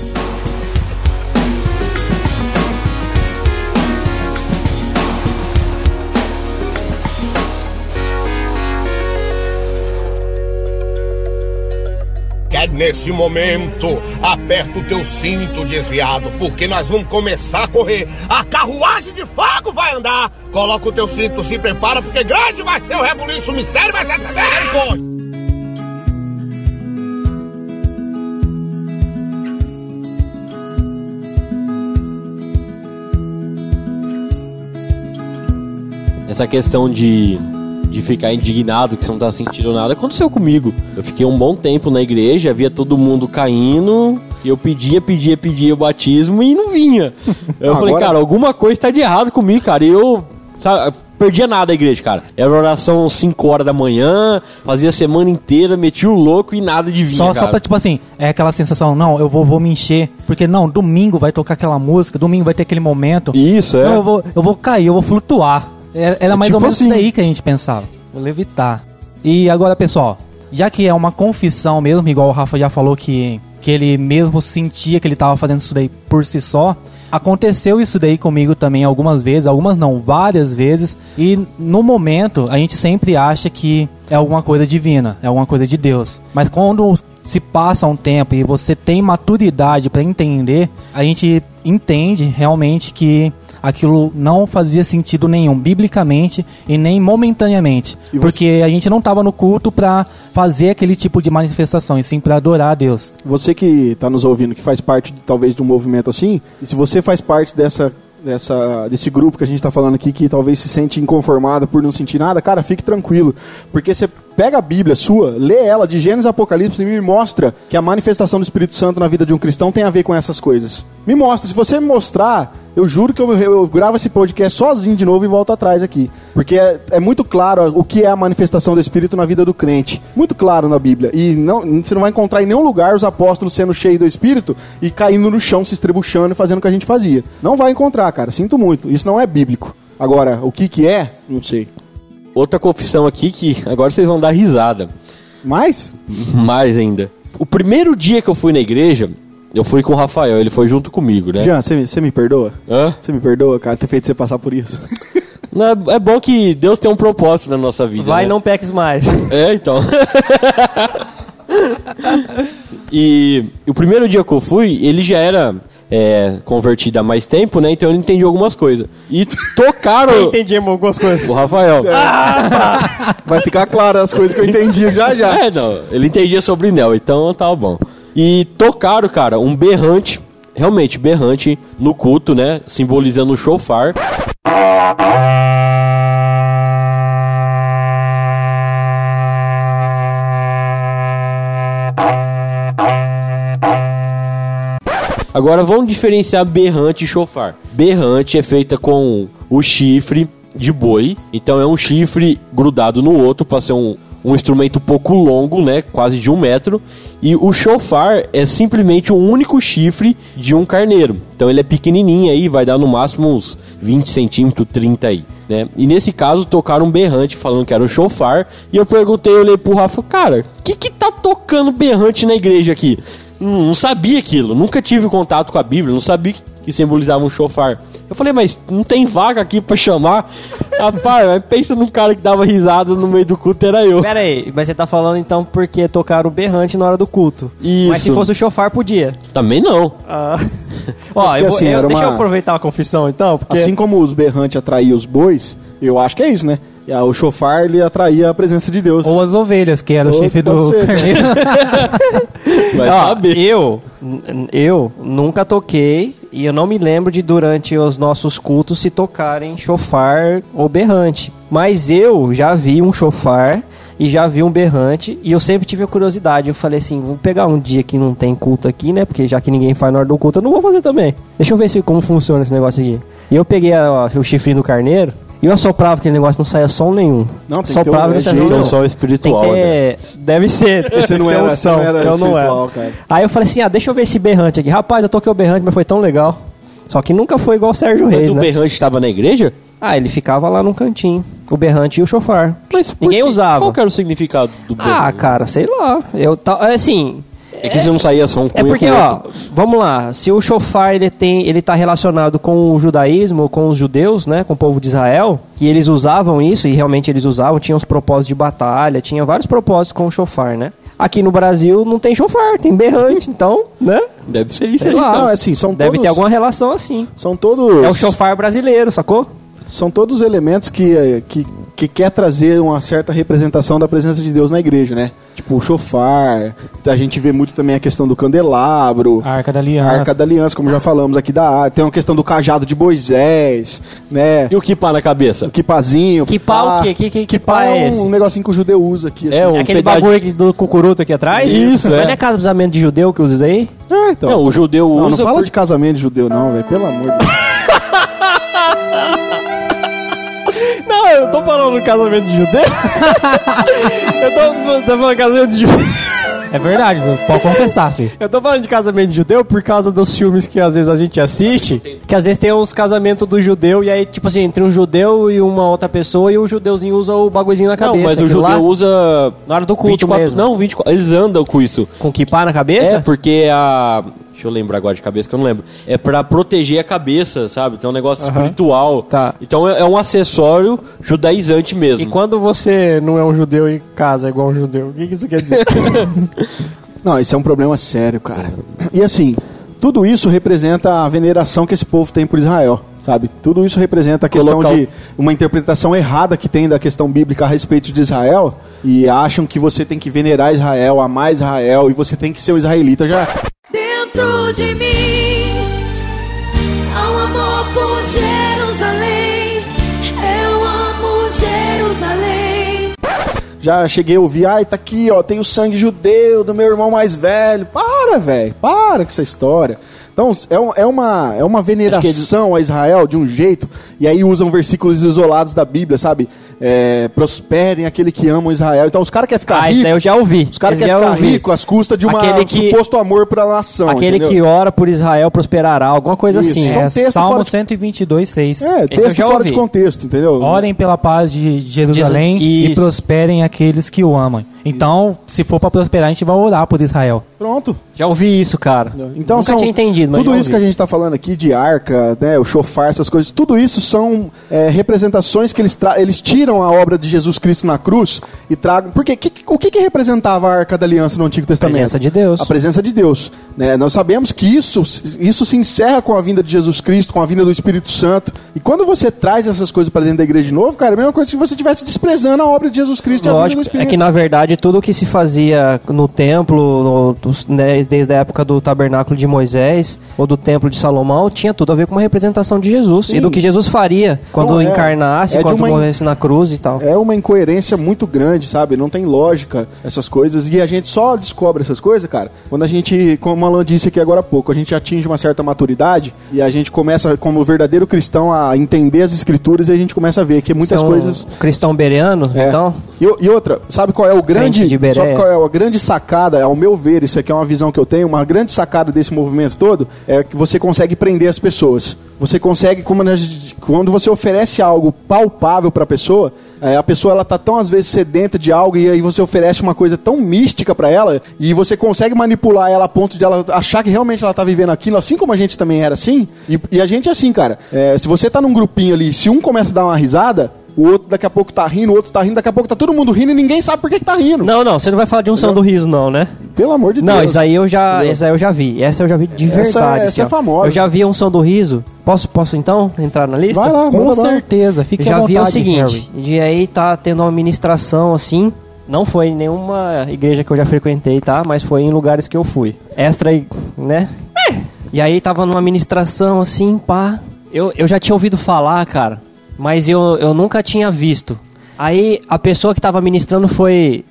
É nesse momento, aperta o teu cinto desviado, porque nós vamos começar a correr. A carruagem de fogo vai andar. Coloca o teu cinto, se prepara, porque grande vai ser o rebuliço, o mistério vai ser tremendo. Essa questão de ficar indignado que você não tá sentindo nada, aconteceu comigo. Eu fiquei um bom tempo na igreja, via todo mundo caindo, e eu pedia o batismo e não vinha. Eu falei, cara, alguma coisa tá de errado comigo, cara. E eu perdia nada a igreja, cara. Era oração 5 horas da manhã, fazia a semana inteira, metia o louco e nada de vir, só pra, tipo assim, é aquela sensação, não, eu vou me encher, porque não, domingo vai tocar aquela música, domingo vai ter aquele momento. Isso, é. Não, eu vou cair, eu vou flutuar. Era mais tipo ou menos assim. isso daí que a gente pensava. Vou levitar. E agora, pessoal, já que é uma confissão mesmo, igual o Rafa já falou que ele mesmo sentia que ele estava fazendo isso daí por si só, aconteceu isso daí comigo também algumas vezes, algumas não, várias vezes. E no momento, a gente sempre acha que é alguma coisa divina, é alguma coisa de Deus. Mas quando se passa um tempo e você tem maturidade para entender, a gente entende realmente que aquilo não fazia sentido nenhum, biblicamente e nem momentaneamente. Porque a gente não estava no culto para fazer aquele tipo de manifestação, e sim para adorar a Deus. Você que está nos ouvindo, que faz parte talvez de um movimento assim, e se você faz parte desse grupo que a gente está falando aqui, que talvez se sente inconformado por não sentir nada, cara, fique tranquilo, porque você pega a Bíblia sua, lê ela de Gênesis a Apocalipse e me mostra que a manifestação do Espírito Santo na vida de um cristão tem a ver com essas coisas. Me mostra, se você me mostrar, eu juro que eu gravo esse podcast sozinho de novo e volto atrás aqui, porque é muito claro o que é a manifestação do Espírito na vida do crente, muito claro na Bíblia, e você não vai encontrar em nenhum lugar os apóstolos sendo cheios do Espírito e caindo no chão, se estrebuchando e fazendo o que a gente fazia. Não vai encontrar, cara, sinto muito, isso não é bíblico. Agora, o que é, não sei. Outra confissão aqui que agora vocês vão dar risada. Mais? Mais ainda. O primeiro dia que eu fui na igreja, eu fui com o Rafael, ele foi junto comigo, né? Jean, você me perdoa? Hã? Você me perdoa, cara, ter feito você passar por isso? Não, é bom que Deus tem um propósito na nossa vida. Vai, né? Não peques mais. É, então. E o primeiro dia que eu fui, ele já era convertido há mais tempo, né? Então ele entendia algumas coisas. E tocaram... Eu entendi algumas coisas. O Rafael. Vai ficar claro as coisas que eu entendi já. Não, ele entendia sobre Nel, então tava bom. E tocaram, cara, um berrante, realmente berrante, no culto, né? Simbolizando o shofar. Agora vamos diferenciar berrante e shofar. Berrante é feita com o chifre de boi, então é um chifre grudado no outro para ser um instrumento um pouco longo, né, quase de 1 metro, e o shofar é simplesmente um único chifre de um carneiro, então ele é pequenininho aí, vai dar no máximo uns 20 centímetros, 30 aí, né, e nesse caso tocaram um berrante falando que era o shofar, e eu olhei pro Rafa, cara, que tá tocando berrante na igreja aqui? Não sabia aquilo, nunca tive contato com a Bíblia, não sabia que simbolizava um shofar. Eu falei, mas não tem vaga aqui pra chamar? Rapaz, pensa num cara que dava risada no meio do culto, era eu. Pera aí, mas você tá falando então porque tocaram o berrante na hora do culto. Isso. Mas se fosse o shofar, podia. Também não. Ó, assim, deixa eu aproveitar a confissão então, porque... Assim como os berrantes atraíam os bois, eu acho que é isso, né? O shofar, ele atraía a presença de Deus. Ou as ovelhas, que era o chifre do carneiro. Vai saber. Eu nunca toquei e eu não me lembro de durante os nossos cultos se tocarem chofar ou berrante. Mas eu já vi um chofar e já vi um berrante, e eu sempre tive a curiosidade. Eu falei assim, vou pegar um dia que não tem culto aqui, né? Porque já que ninguém faz na hora do culto, eu não vou fazer também. Deixa eu ver como funciona esse negócio aqui. E eu peguei o chifrinho do carneiro, e eu assoprava aquele negócio, não saia som nenhum. Não, tem soprava, que ter um som espiritual. Tem que ter... Deve ser. Você não era, som, não era eu não espiritual, era. cara. Aí eu falei assim, deixa eu ver esse berrante aqui. Rapaz, eu toquei o berrante, mas foi tão legal. Só que nunca foi igual o Sérgio Reis, Mas o né? berrante estava na igreja? Ele ficava lá num cantinho. O berrante e o chofar. Mas ninguém usava. Qual que era o significado do berrante? Cara, sei lá. Assim... É que você não saía som com porque, vamos lá. Se o chofar ele tá relacionado com o judaísmo, com os judeus, né? Com o povo de Israel, que eles usavam isso, e realmente eles usavam, tinha os propósitos de batalha, tinha vários propósitos com o chofar, né? Aqui no Brasil não tem chofar, tem berrante, então, né? Deve ser isso sei aí. lá. Não, assim, Deve ter alguma relação assim. São todos... É o chofar brasileiro, sacou? São todos elementos que quer trazer uma certa representação da presença de Deus na igreja, né? Tipo o chofar, a gente vê muito também a questão do candelabro, a Arca da Aliança. A Arca da Aliança, como já falamos aqui da Arca. Tem uma questão do cajado de Moisés, né? E o kippá na cabeça? O kippazinho. Kippá o quê? Que kippá é esse? Um negocinho que o judeu usa aqui, assim. É Aquele bagulho do cucuruto aqui atrás? Isso, Não é casamento de judeu que usa isso aí? Então. Não, o judeu usa... Não fala de casamento de judeu não, velho. Pelo amor de Deus. Não, eu tô falando do casamento de judeu. eu tô falando de casamento de judeu. É verdade, pode confessar, filho. Eu tô falando de casamento de judeu por causa dos filmes que às vezes a gente assiste, que às vezes tem uns casamentos do judeu, e aí, tipo assim, entre um judeu e uma outra pessoa, e o judeuzinho usa o bagulhozinho na cabeça. Não, mas o judeu lá, usa... na hora do culto 24, mesmo. Não, 24, eles andam com isso. Com kippá na cabeça? É, porque Deixa eu lembrar agora de cabeça, que eu não lembro. É pra proteger a cabeça, sabe? Então é um negócio espiritual. Tá. Então é um acessório judaizante mesmo. E quando você não é um judeu e casa igual um judeu, o que isso quer dizer? Não, isso é um problema sério, cara. E assim, tudo isso representa a veneração que esse povo tem por Israel, sabe? Tudo isso representa a questão de uma interpretação errada que tem da questão bíblica a respeito de Israel, e acham que você tem que venerar Israel, amar Israel, e você tem que ser um israelita já. Dentro de mim há um amor por Jerusalém. Eu amo Jerusalém. Já cheguei a ouvir, tá aqui, ó, tem o sangue judeu do meu irmão mais velho. Para, velho, para com essa história. Então, é uma veneração a Israel de um jeito, e aí usam versículos isolados da Bíblia, sabe? Prosperem aquele que ama Israel. Então, os caras querem ficar ricos. Isso daí eu já ouvi. Os caras querem ficar ricos às custas de um suposto amor pra nação. Aquele entendeu? que ora por Israel prosperará, alguma coisa Isso. assim. São textos Salmo fora de- 122:6. Texto já fora ouvi. de contexto, entendeu? Orem pela paz de Jerusalém e Isso. prosperem aqueles que o amam. Então, se for pra prosperar, a gente vai orar por Israel. Pronto. Já ouvi isso, cara. Então, Nunca tinha entendido, mas tudo já isso que ouvi. a gente está falando aqui de arca, né, o chofar, essas coisas, tudo isso são representações que eles tiram a obra de Jesus Cristo na cruz e tragam... Porque o que representava a Arca da Aliança no Antigo Testamento? presença de Deus. A presença de Deus. Né? Nós sabemos que isso se encerra com a vinda de Jesus Cristo, com a vinda do Espírito Santo. E quando você traz essas coisas para dentro da igreja de novo, cara, é a mesma coisa que você estivesse desprezando a obra de Jesus Cristo e a vinda do Lógico, Espírito. é que na verdade tudo que se fazia no templo, né, desde a época do tabernáculo de Moisés ou do templo de Salomão, tinha tudo a ver com uma representação de Jesus. Sim. E do que Jesus faria quando Não, encarnasse, de quando uma morresse na cruz e tal. É uma incoerência muito grande, sabe? Não tem lógica essas coisas. E a gente só descobre essas coisas, cara, quando a gente, como o Alan disse aqui agora há pouco, a gente atinge uma certa maturidade e a gente começa, como verdadeiro cristão, a entender as escrituras e a gente começa a ver que muitas São coisas... cristão bereano, então... E outra, sabe qual é o grande... Crente de Bereia. Sabe qual é a grande sacada, ao meu ver, isso aqui é uma visão que eu tenho, uma grande sacada desse movimento todo, é que você consegue prender as pessoas. Você consegue, quando você oferece algo palpável para a pessoa ela tá tão às vezes sedenta de algo e aí você oferece uma coisa tão mística para ela e você consegue manipular ela a ponto de ela achar que realmente ela tá vivendo aquilo, assim como a gente também era assim. E a gente é assim, cara. Se você tá num grupinho ali, se um começa a dar uma risada, o outro daqui a pouco tá rindo, o outro tá rindo, daqui a pouco tá todo mundo rindo e ninguém sabe por que tá rindo. Não, você não vai falar de unção do riso, não, né? Pelo amor de Deus. Não, essa aí eu já vi. Essa eu já vi de verdade. Essa é ó. famosa. Eu já vi a unção do riso. Posso então entrar na lista? Vai lá, Com manda bala. certeza, fique à Já vontade, vi o seguinte, Harry. de aí tá tendo uma ministração assim, não foi em nenhuma igreja que eu já frequentei, tá? Mas foi em lugares que eu fui. Extra, né? E aí tava numa ministração assim, pá. Eu já tinha ouvido falar, cara, mas eu nunca tinha visto. Aí a pessoa que tava ministrando foi...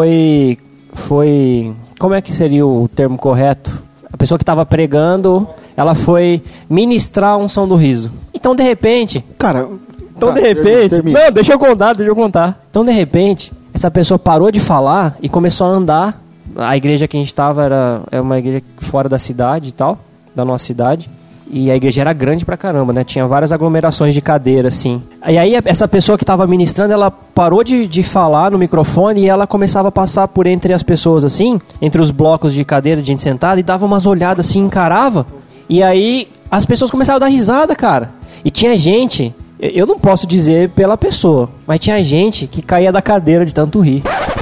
Como é que seria o termo correto? A pessoa que tava pregando, ela foi ministrar a unção do riso. Então, de repente... Cara... Então, de repente... Não, deixa eu contar. Então, de repente, essa pessoa parou de falar e começou a andar. A igreja que a gente tava era uma igreja fora da cidade e tal, da nossa cidade. E a igreja era grande pra caramba, né? Tinha várias aglomerações de cadeira, assim. E aí, essa pessoa que tava ministrando, ela parou de falar no microfone e ela começava a passar por entre as pessoas, assim, entre os blocos de cadeira de gente sentada, e dava umas olhadas assim, encarava. E aí, as pessoas começaram a dar risada, cara. E tinha gente, eu não posso dizer pela pessoa, mas tinha gente que caía da cadeira de tanto rir.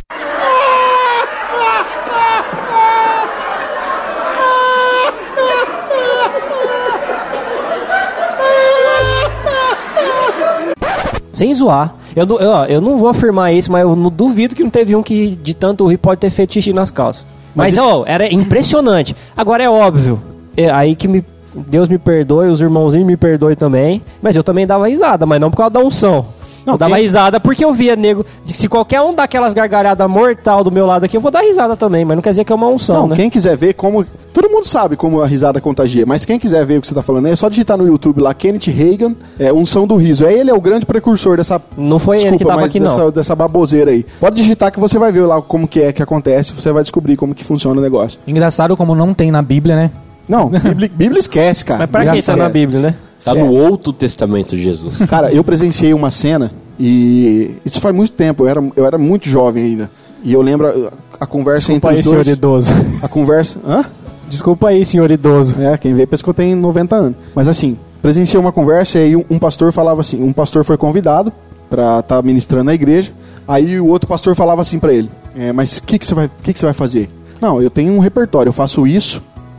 Sem zoar. Eu não vou afirmar isso, mas eu não duvido que não teve um que de tanto rir pode ter feito xixi nas calças. Mas era impressionante. Agora é óbvio. Aí que Deus me perdoe, os irmãozinhos me perdoem também. Mas eu também dava risada, mas não por causa da unção. Não, eu dava risada porque eu via nego... Se qualquer um dá aquelas gargalhadas mortal do meu lado aqui, eu vou dar risada também. Mas não quer dizer que é uma unção, não, né? Quem quiser ver como... Todo mundo sabe como a risada contagia. Mas quem quiser ver o que você tá falando, é só digitar no YouTube lá, Kenneth Hagin, unção do riso. Ele é o grande precursor dessa... Não foi ele que tava aqui, não. Dessa baboseira aí. Pode digitar que você vai ver lá como que acontece. Você vai descobrir como que funciona o negócio. Engraçado como não tem na Bíblia, né? Não, Bíblia esquece, cara. Mas pra que tá na Bíblia, né? Tá no Outro Testamento de Jesus. Cara, eu presenciei uma cena e isso faz muito tempo, eu era muito jovem ainda. E eu lembro a conversa Desculpa entre aí, os dois. senhor idoso. A conversa... Hã? Desculpa aí, senhor idoso. Quem vê pensa que eu tenho 90 anos. Mas assim, presenciei uma conversa e aí um pastor falava assim, um pastor foi convidado pra estar ministrando na igreja, aí o outro pastor falava assim pra ele, mas o que você vai fazer? Não, eu tenho um repertório, eu faço isso,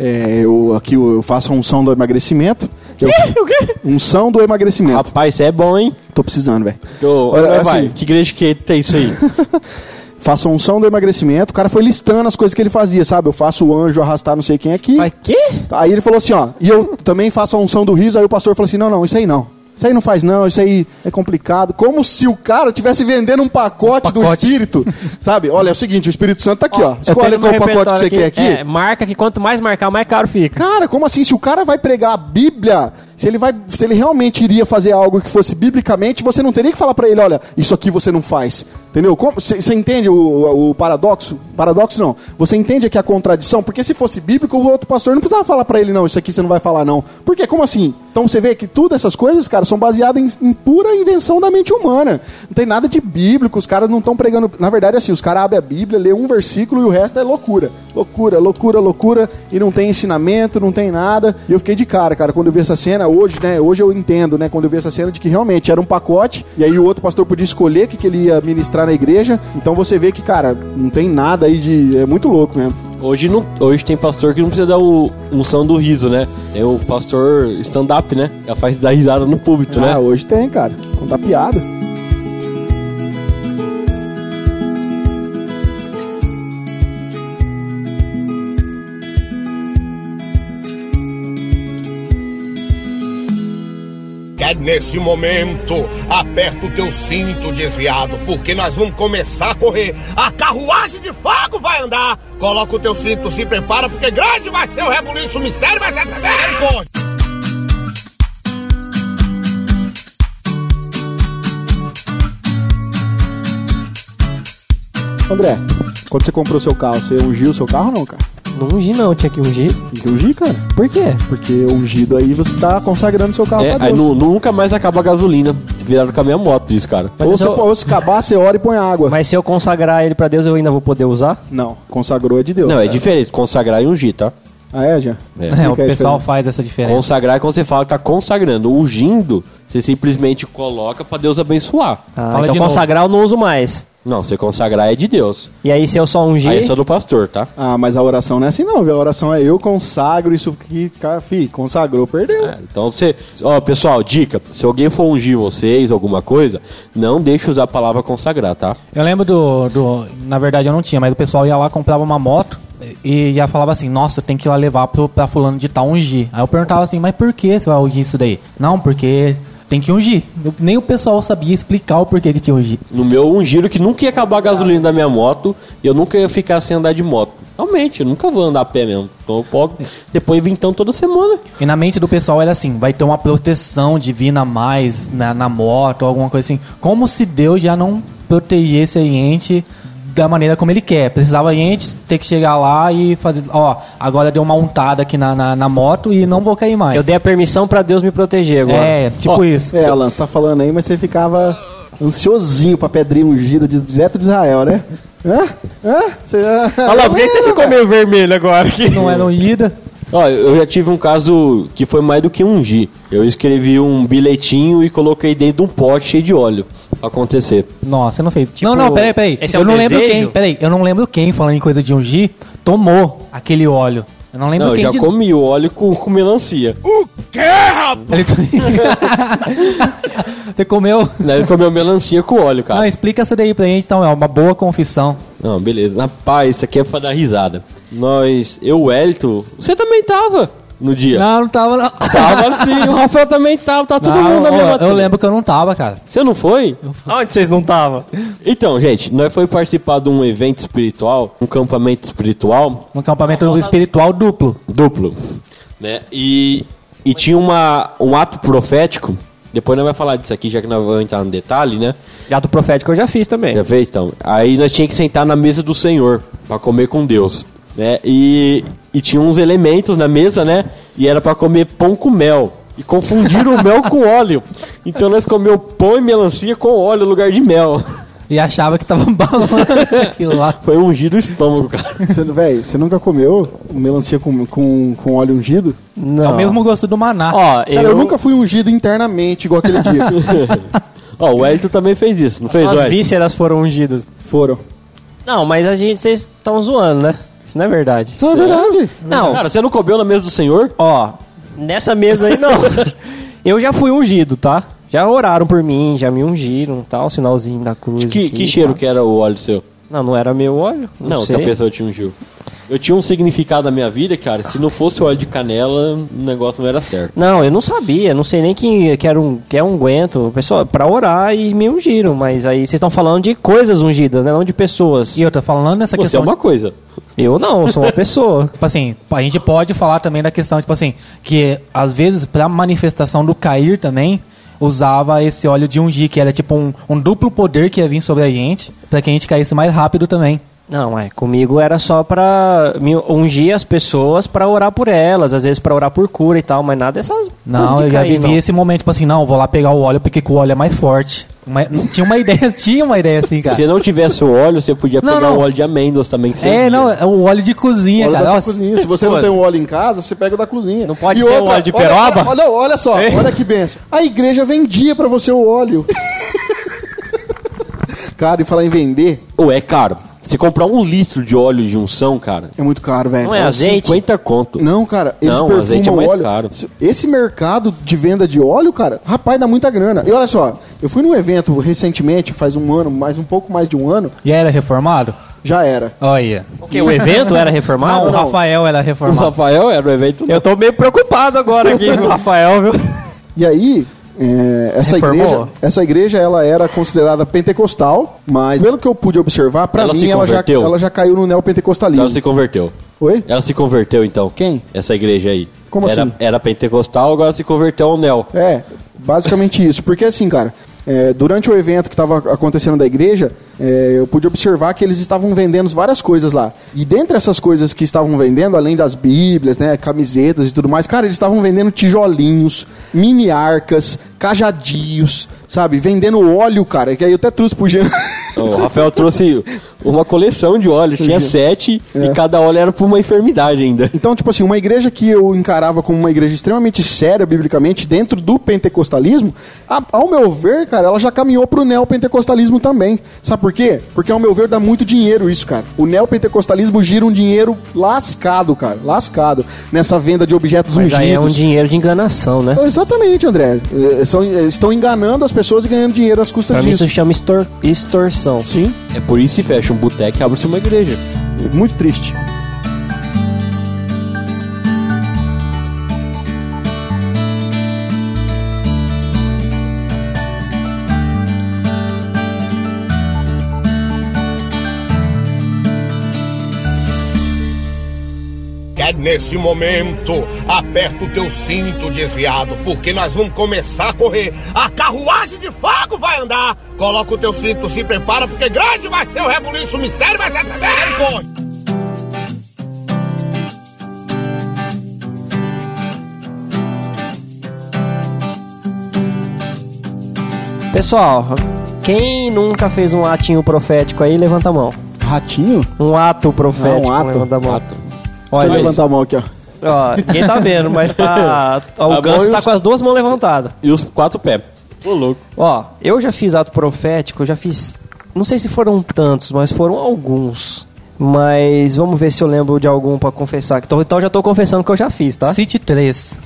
eu faço a unção do emagrecimento. O quê? Unção do emagrecimento. Rapaz, isso é bom, hein? Tô precisando, velho. Vai, que igreja que tem isso aí? Faço a unção do emagrecimento. O cara foi listando as coisas que ele fazia, sabe? Eu faço o anjo arrastar não sei quem aqui. Mas quê? Aí ele falou assim, ó, e eu também faço a unção do riso. Aí o pastor falou assim, não, isso aí não. Isso aí não faz não, isso aí é complicado. Como se o cara estivesse vendendo um pacote do Espírito, sabe? Olha, é o seguinte, o Espírito Santo tá aqui, ó. Escolhe qual pacote que você quer aqui. Marca que quanto mais marcar, mais caro fica. Cara, como assim? Se o cara vai pregar a Bíblia, se ele realmente iria fazer algo que fosse biblicamente, você não teria que falar pra ele, olha, isso aqui você não faz. Entendeu? Você entende o paradoxo? Paradoxo não. Você entende aqui a contradição? Porque se fosse bíblico, o outro pastor não precisava falar pra ele, não, isso aqui você não vai falar, não. Por quê? Como assim? Então você vê que todas essas coisas, cara, são baseadas em pura invenção da mente humana. Não tem nada de bíblico, os caras não estão pregando... Na verdade, assim, os caras abrem a Bíblia, lê um versículo e o resto é loucura. Loucura, e não tem ensinamento, não tem nada. E eu fiquei de cara, quando eu vi essa cena, hoje eu entendo, né, quando eu vi essa cena, de que realmente era um pacote, e aí o outro pastor podia escolher o que ele ia ministrar na igreja. Então você vê que, cara, não tem nada aí de... É muito louco mesmo. Hoje tem pastor que não precisa dar unção do riso, né? É o pastor stand-up, né? Ela faz dar risada no púlpito, né? Hoje tem, cara. Contar piada. Nesse momento, aperta o teu cinto desviado, porque nós vamos começar a correr. A carruagem de fogo vai andar. Coloca o teu cinto, se prepara, porque grande vai ser o rebuliço, o mistério vai ser tremendo. André, quando você comprou seu carro, você ungiu o seu carro ou não, cara? Não ungi não, tinha que ungir. Tem que ungir, cara. Por quê? Porque ungido aí você tá consagrando seu carro pra Deus. Aí nunca mais acaba a gasolina. Viraram com a minha moto isso, cara. Ou se acabar, você ora e põe água. Mas se eu consagrar ele pra Deus, eu ainda vou poder usar? Não, consagrou é de Deus. Não, é diferente, consagrar e ungir, tá? Ah, é, já? O pessoal faz essa diferença. Consagrar é quando você fala que tá consagrando. Ungindo, você simplesmente coloca pra Deus abençoar. Então consagrar eu não uso mais. Não, você consagrar é de Deus. E aí se eu só ungir... Aí é só do pastor, tá? Ah, mas a oração não é assim não, viu? A oração é eu consagro isso que... consagrou, perdeu. Então você... Ó, pessoal, dica. Se alguém for ungir vocês, alguma coisa, não deixe usar a palavra consagrar, tá? Eu lembro na verdade eu não tinha, mas o pessoal ia lá, comprava uma moto, e já falava assim, nossa, tem que ir lá levar pra fulano de tal ungir. Aí eu perguntava assim, mas por que você vai ungir isso daí? Não, porque tem que ungir. Nem o pessoal sabia explicar o porquê que tinha ungir. No meu ungiram que nunca ia acabar a gasolina da minha moto e eu nunca ia ficar sem andar de moto. Realmente, eu nunca vou andar a pé mesmo. Então eu posso depois vir então toda semana. E na mente do pessoal era assim, vai ter uma proteção divina a mais na moto, ou alguma coisa assim. Como se Deus já não protegesse a gente da maneira como ele quer. Precisava a gente ter que chegar lá e fazer, ó, agora deu uma untada aqui na moto e não vou cair mais. Eu dei a permissão pra Deus me proteger agora. É, tipo isso. Alan, você tá falando aí, mas você ficava ansiosinho pra pedrinha ungida direto de Israel, né? Olha lá, por que você ficou meio vermelho agora aqui? Não era ungida. Ó, eu já tive um caso que foi mais do que ungir. Eu escrevi um bilhetinho e coloquei dentro de um pote cheio de óleo pra acontecer. Nossa, você não fez. Tipo, não, peraí. Esse é Eu um não lembro desejo? quem. Peraí, eu não lembro quem, falando em coisa de ungir, tomou aquele óleo. Eu não lembro Não, eu quem. já comi o óleo com melancia. Ele... Você comeu? Ele comeu melancia com óleo, cara. Não, explica essa daí pra gente, então, é uma boa confissão. Não, beleza. Rapaz, isso aqui é pra dar risada. O Elton, você também tava no dia. Não tava, não. Tava sim, o Rafael também tava, tá todo mundo na mesma. Eu lembro que eu não tava, cara. Você não foi? Onde vocês não estavam? Então, gente, nós foi participar de um evento espiritual, um campamento espiritual. Um acampamento espiritual duplo. Duplo, né? E tinha um ato profético. Depois nós vamos falar disso aqui, já que nós vamos entrar no detalhe, né? Ato profético eu já fiz também. Já fez, então. Aí nós tínhamos que sentar na mesa do Senhor pra comer com Deus, né? E tinha uns elementos na mesa, né? E era pra comer pão com mel. E confundiram o mel com óleo. Então nós comemos pão e melancia com óleo no lugar de mel. E achava que tava balando aquilo lá. Foi ungido o estômago, cara. Você nunca comeu melancia com óleo ungido? Não. É o mesmo gosto do maná. Ó, Cara, eu nunca fui ungido internamente igual aquele dia. Ó, o Elton também fez isso, não fez, Só as Elton? vísceras foram ungidas. Foram. Não, mas vocês estão zoando, né? Isso não é verdade. Isso é verdade. Não, Cara, você não comeu na mesa do Senhor? ó, nessa mesa aí não. Eu já fui ungido, tá? Já oraram por mim, já me ungiram, tal, sinalzinho da cruz. Que aqui, cheiro tá. que era o óleo seu? Não era meu óleo. Não Não, sei. que a pessoa te ungiu. Eu tinha um significado na minha vida, cara. Se não fosse óleo de canela, o negócio não era certo. Não, eu não sabia, não sei nem que era unguento. Pessoal, pra orar e me ungiram, mas aí vocês estão falando de coisas ungidas, né? Não de pessoas. E eu tô falando nessa Você é questão. uma coisa. Eu não, eu sou uma pessoa. Tipo assim, a gente pode falar também da questão, tipo assim, que às vezes pra manifestação do cair também, usava esse óleo de ungir, que era tipo um duplo poder que ia vir sobre a gente, pra que a gente caísse mais rápido também. Não, comigo era só pra me ungir as pessoas pra orar por elas, às vezes pra orar por cura e tal, mas nada dessas Não, coisas eu de já cair, vivi não. esse momento, tipo assim, não, vou lá pegar o óleo porque o óleo é mais forte. Tinha uma ideia assim, cara. Se não tivesse o óleo, você podia Não, pegar não. o óleo de amêndoas também. Que você É, ungia. não, é o óleo de cozinha, Óleo cara. da sua Nossa. cozinha. Se você não tem um óleo em casa, você pega o da cozinha. Não pode E ser o óleo de olha- peroba? Olha só, olha que benção. A igreja vendia pra você o óleo. Cara, e falar em vender, Ou é caro. Você comprar 1 litro de óleo de unção, cara, é muito caro, velho. Não é Nossa, azeite? 50 conto. Não, cara, eles Não, o azeite é perfumam mais óleo. caro. Esse mercado de venda de óleo, cara, rapaz, dá muita grana. E olha só, eu fui num evento recentemente, faz um ano, um pouco mais de um ano, Já era reformado? já era. Olha. Porque o evento era reformado? Não, o não. Rafael era O reformado. Rafael era o evento. Eu tô meio preocupado agora aqui com o Rafael, viu? E aí, Reformou? essa igreja ela era considerada pentecostal, mas pelo que eu pude observar, pra Ela mim se converteu? ela já caiu no neopentecostalismo. Ela se converteu. Oi? Ela se converteu, então. Quem? Essa igreja aí. Como assim? Era pentecostal, agora se converteu ao neo. É, basicamente isso. Porque assim, cara, durante o evento que estava acontecendo da igreja, eu pude observar que eles estavam vendendo várias coisas lá. E dentre essas coisas que estavam vendendo, além das bíblias, né, camisetas e tudo mais, cara, eles estavam vendendo tijolinhos, mini arcas, cajadinhos, sabe? Vendendo óleo, cara, que aí eu até trouxe pro Jean. O Rafael trouxe uma coleção de óleos, tinha 7 e cada óleo era por uma enfermidade ainda. Então, tipo assim, uma igreja que eu encarava como uma igreja extremamente séria, biblicamente, dentro do pentecostalismo, ao meu ver, cara, ela já caminhou pro neopentecostalismo também. Sabe por quê? Porque, ao meu ver, dá muito dinheiro isso, cara. O neopentecostalismo gira um dinheiro lascado, cara, lascado, nessa venda de objetos Mas ungidos. aí é um dinheiro de enganação, né? Exatamente, André. Estão enganando as pessoas e ganhando dinheiro às custas Pra mim disso. isso chama extorsão. Sim, É por isso que fecha um boteco e abre-se uma igreja. muito triste. É nesse momento, aperta o teu cinto desviado, porque nós vamos começar a correr. A carruagem de fogo vai andar. Coloca o teu cinto, se prepara, porque grande vai ser o rebuliço, o mistério vai ser tremendo. Pessoal, quem nunca fez um atinho profético aí, levanta a mão. Ratinho? Um ato profético, um ato. levanta a mão. Olha, deixa eu levantar a mão aqui, ó. Ó, ninguém tá vendo, mas tá. O Ganso tá com as duas mãos levantadas. E os 4 pés. Ô, louco. Ó, eu já fiz ato profético, eu já fiz. Não sei se foram tantos, mas foram alguns. Mas vamos ver se eu lembro de algum pra confessar. Então já tô confessando que eu já fiz, tá? City 3.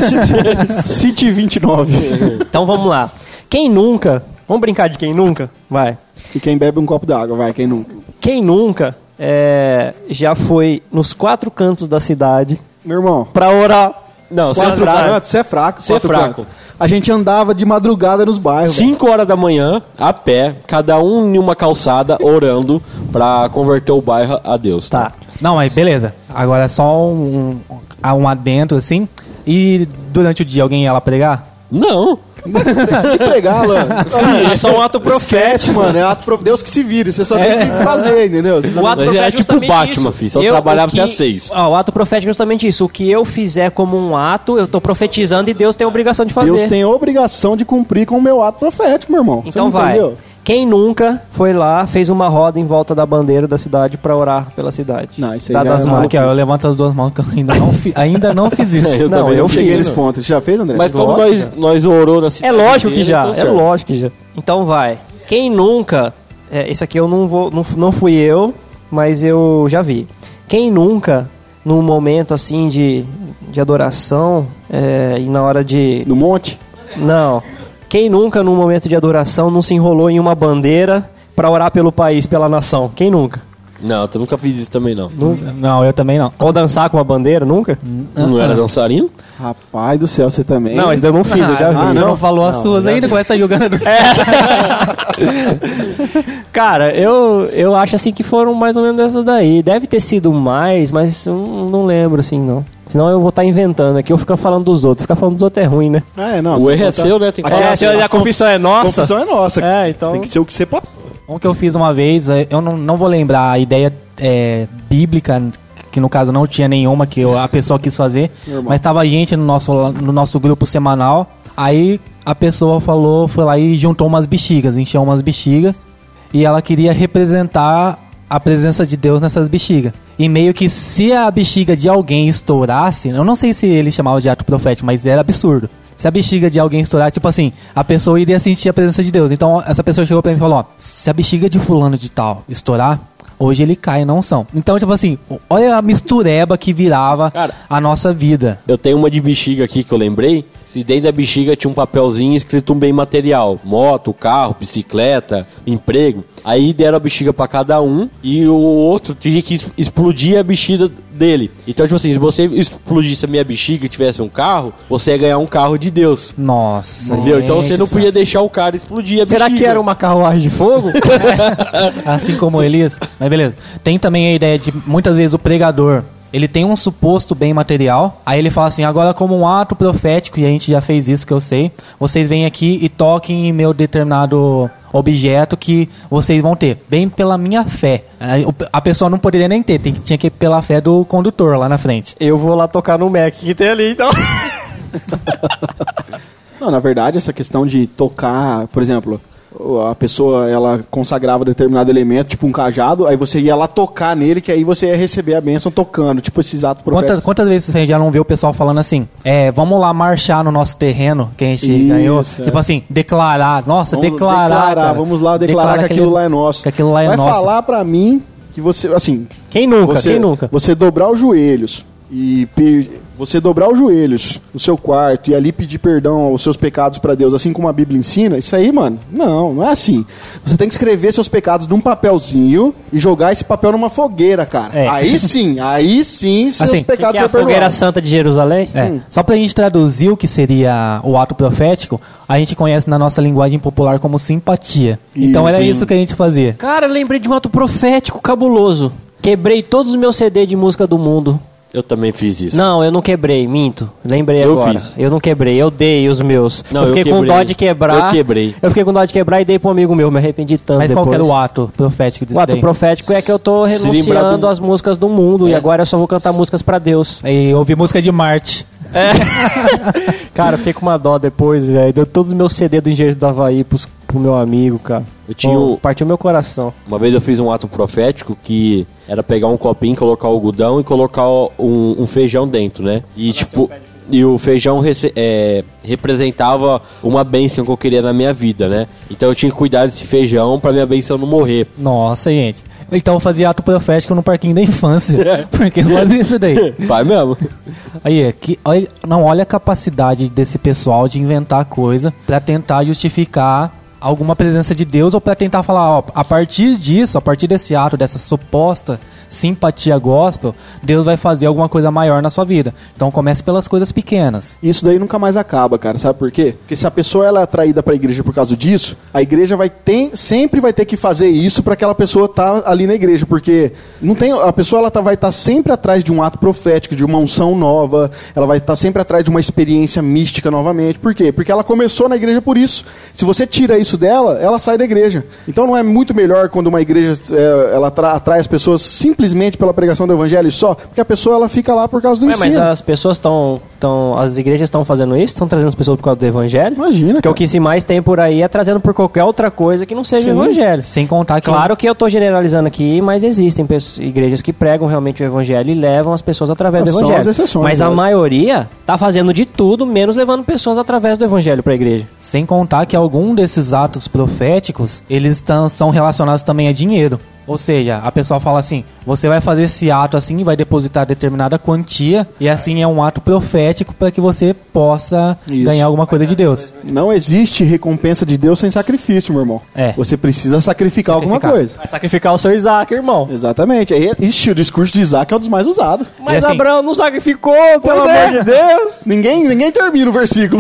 City 29. Então vamos lá. Quem nunca... Vamos brincar de quem nunca? Vai. E quem bebe um copo d'água, vai, quem nunca? Quem nunca já foi nos 4 cantos da cidade... Meu irmão... Pra orar... Não, você é fraco. Você é fraco. A gente andava de madrugada nos bairros. 5 horas da manhã, a pé, cada um em uma calçada, orando pra converter o bairro a Deus. Tá. Não, mas beleza. Agora só um adentro, assim. E durante o dia alguém ia lá pregar? Não. Que pregar, Lano. É só um ato profético. Esquece, mano. É ato Deus que se vire. Você só tem que fazer, entendeu? O ato profético é tipo justamente Batman, isso. filho. Só trabalhava até às 6. Ó, o ato profético é justamente isso. O que eu fizer como um ato, eu tô profetizando e Deus tem a obrigação de fazer. Deus tem a obrigação de cumprir com o meu ato profético, meu irmão. Então vai. Entendeu? Quem nunca foi lá, fez uma roda em volta da bandeira da cidade pra orar pela cidade? Não, isso aí já aqui, ó, eu levanto as duas mãos que eu ainda não fiz isso. Eu cheguei nesse ponto. Você já fez, André? Mas como nós orou na cidade... É lógico que já, lógico que já. Então vai. Quem nunca... esse aqui eu não fui eu, mas eu já vi. Quem nunca, num momento assim de adoração, e na hora de... No monte? Não. Quem nunca, num momento de adoração, não se enrolou em uma bandeira pra orar pelo país, pela nação? Quem nunca? Não, tu nunca fiz isso também, não. Não, eu também não. Ou dançar com uma bandeira? Nunca? Não era dançarino? Rapaz do céu, você também? Não, isso eu não fiz, eu já vi. Não falou as suas ainda, como é que tá jogando do céu? Cara, eu acho assim que foram mais ou menos essas daí. Deve ter sido mais, mas eu não lembro assim, não. Senão eu vou estar inventando aqui, eu fico falando dos outros. Ficar falando dos outros é ruim, né? Não. O erro é seu, né? Tem que se a confissão é nossa. A confissão é nossa. Então... Tem que ser o que você pode. Um que eu fiz uma vez, eu não vou lembrar a ideia bíblica, que no caso não tinha nenhuma que a pessoa quis fazer, mas tava a gente no nosso grupo semanal. Aí a pessoa foi lá e juntou umas bexigas, encheu umas bexigas, e ela queria representar a presença de Deus nessas bexigas. E meio que se a bexiga de alguém estourasse, eu não sei se ele chamava de ato profético, mas era absurdo. Se a bexiga de alguém estourar, tipo assim, a pessoa iria sentir a presença de Deus. Então essa pessoa chegou pra mim e falou, ó, se a bexiga de fulano de tal estourar, hoje ele cai, não são. Então, tipo assim, olha a mistureba que virava a nossa vida. Eu tenho uma de bexiga aqui que eu lembrei. Se dentro da bexiga tinha um papelzinho escrito um bem material. Moto, carro, bicicleta, emprego. Aí deram a bexiga pra cada um e o outro tinha que explodir a bexiga dele. Então, tipo assim, se você explodisse a minha bexiga e tivesse um carro, você ia ganhar um carro de Deus. Nossa. Entendeu? Então você não podia deixar o cara explodir a bexiga. Será que era uma carruagem de fogo? Assim como Elias. Mas beleza. Tem também a ideia de, muitas vezes, o pregador, ele tem um suposto bem material, aí ele fala assim, agora como um ato profético, e a gente já fez isso que eu sei, vocês vêm aqui e toquem em meu determinado objeto que vocês vão ter. Bem pela minha fé. A pessoa não poderia nem ter, tinha que ir pela fé do condutor lá na frente. Eu vou lá tocar no Mac que tem ali, então... Não, na verdade, essa questão de tocar, por exemplo... A pessoa, ela consagrava determinado elemento, tipo um cajado, aí você ia lá tocar nele, que aí você ia receber a bênção tocando, tipo esses atos proféticos. Quantas vezes você já não vê o pessoal falando assim, vamos lá marchar no nosso terreno, que a gente ganhou, tipo assim, declarar, vamos lá declarar que aquilo lá é nosso. Que aquilo lá é Vai nosso. falar pra mim que você, assim... Quem nunca? Você dobrar os joelhos e... Você dobrar os joelhos no seu quarto e ali pedir perdão aos seus pecados pra Deus, assim como a Bíblia ensina, isso aí, mano, não é assim. Você tem que escrever seus pecados num papelzinho e jogar esse papel numa fogueira, cara. Aí sim, seus assim, pecados são perdoados. A fogueira santa de Jerusalém? Só pra gente traduzir o que seria o ato profético, a gente conhece na nossa linguagem popular como simpatia. Então era isso que a gente fazia. Cara, lembrei de um ato profético cabuloso. Quebrei todos os meus CD de música do mundo. Eu também fiz isso. Não, eu não quebrei, minto. Lembrei agora. Eu não quebrei, eu dei os meus. Não, eu fiquei com dó de quebrar. Eu quebrei. Eu fiquei com dó de quebrar e dei pra um amigo meu, me arrependi tanto. Mas depois. qual que era o ato profético disso? O ato profético é que eu tô renunciando às músicas do mundo e agora eu só vou cantar músicas pra Deus. E ouvir música de Marte. É. Cara, eu fiquei com uma dó depois, velho. Deu todos os meus CD do Engenheiro do Havaí pro meu amigo, cara. Partiu meu coração. Uma vez eu fiz um ato profético que era pegar um copinho, colocar o algodão e colocar um feijão dentro, né? E e o feijão representava uma bênção que eu queria na minha vida, né? Então eu tinha que cuidar desse feijão pra minha bênção não morrer. Nossa, gente. Então eu fazia ato profético no parquinho da infância. Porque eu fazia isso daí. Vai mesmo. Aí, olha a capacidade desse pessoal de inventar coisa pra tentar justificar alguma presença de Deus ou pra tentar falar, ó, a partir disso, a partir desse ato, dessa suposta simpatia gospel, Deus vai fazer alguma coisa maior na sua vida. Então comece pelas coisas pequenas. Isso daí nunca mais acaba, cara. Sabe por quê? Porque se a pessoa ela é atraída pra igreja por causa disso, a igreja sempre vai ter que fazer isso pra aquela pessoa estar ali na igreja, porque a pessoa vai estar sempre atrás de um ato profético, de uma unção nova, ela vai estar sempre atrás de uma experiência mística novamente. Por quê? Porque ela começou na igreja por isso. Se você tira isso dela, ela sai da igreja. Então não é muito melhor quando uma igreja ela atrai as pessoas simplesmente pela pregação do evangelho só? Porque a pessoa ela fica lá por causa do ensino. Mas as pessoas as igrejas estão fazendo isso? Estão trazendo as pessoas por causa do evangelho? Imagina, porque o que se mais tem por aí é trazendo por qualquer outra coisa que não seja o evangelho. Sem contar que... Claro que eu estou generalizando aqui, mas existem igrejas que pregam realmente o evangelho e levam as pessoas através do evangelho. São as exceções, mas a maioria está fazendo de tudo, menos levando pessoas através do evangelho para a igreja. Sem contar que algum desses atos proféticos, eles são relacionados também a dinheiro. Ou seja, a pessoa fala assim, você vai fazer esse ato assim, vai depositar determinada quantia, e assim é um ato profético para que você possa ganhar alguma coisa de Deus. Não existe recompensa de Deus sem sacrifício, meu irmão. Você precisa sacrificar alguma coisa. Vai sacrificar o seu Isaac, irmão. Exatamente. Ixi, o discurso de Isaac é um dos mais usados. Mas assim, Abraão não sacrificou, pelo amor de Deus. Ninguém termina o versículo.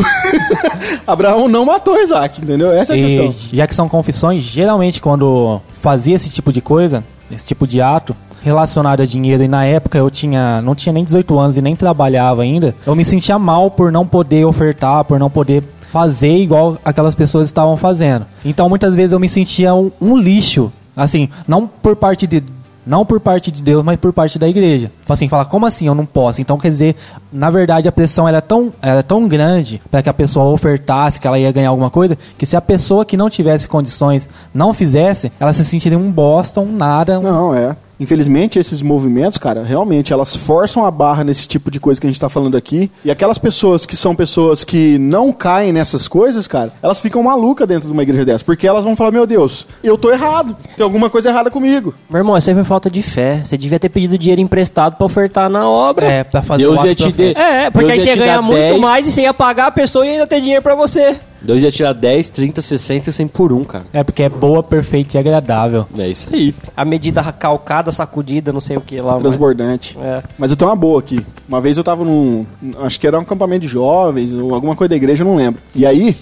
Abraão não matou Isaac, entendeu? Essa é a questão. Já que são confissões, geralmente quando fazia esse tipo de coisa, esse tipo de ato relacionado a dinheiro, e na época eu não tinha nem 18 anos e nem trabalhava ainda, eu me sentia mal por não poder ofertar, por não poder fazer igual aquelas pessoas estavam fazendo. Então muitas vezes eu me sentia um lixo, assim, não por parte de Deus, mas por parte da igreja. Assim, falar, como assim eu não posso? Então, quer dizer, na verdade a pressão era tão grande para que a pessoa ofertasse, que ela ia ganhar alguma coisa, que se a pessoa que não tivesse condições não fizesse, ela se sentiria um bosta, um nada. Não, Infelizmente, esses movimentos, cara, realmente, elas forçam a barra nesse tipo de coisa que a gente tá falando aqui. E aquelas pessoas que são pessoas que não caem nessas coisas, cara, elas ficam malucas dentro de uma igreja dessa. Porque elas vão falar, meu Deus, eu tô errado. Tem alguma coisa errada comigo. Meu irmão, isso aí foi falta de fé. Você devia ter pedido dinheiro emprestado pra ofertar na obra. Pra fazer Deus o ato ia te profético. Porque Deus aí você ia ganhar muito 10. mais e você ia pagar a pessoa e ainda ter dinheiro pra você. Deus ia tirar 10, 30, 60 e 100 por um, cara. Porque é boa, perfeita e agradável. É isso aí. A medida calcada, sacudida, não sei o que lá. Transbordante. Mas eu tenho uma boa aqui. Uma vez eu tava acho que era um acampamento de jovens, ou alguma coisa da igreja, eu não lembro. E aí,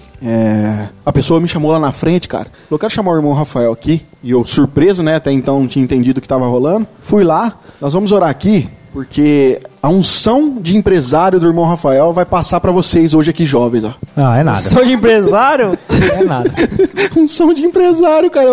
a pessoa me chamou lá na frente, cara. Eu quero chamar o irmão Rafael aqui. E eu, surpreso, né? Até então não tinha entendido o que tava rolando. Fui lá, nós vamos orar aqui, porque a unção de empresário do irmão Rafael vai passar pra vocês hoje aqui, jovens, ó. Não, é nada. Unção de empresário? É nada. Unção de empresário, cara.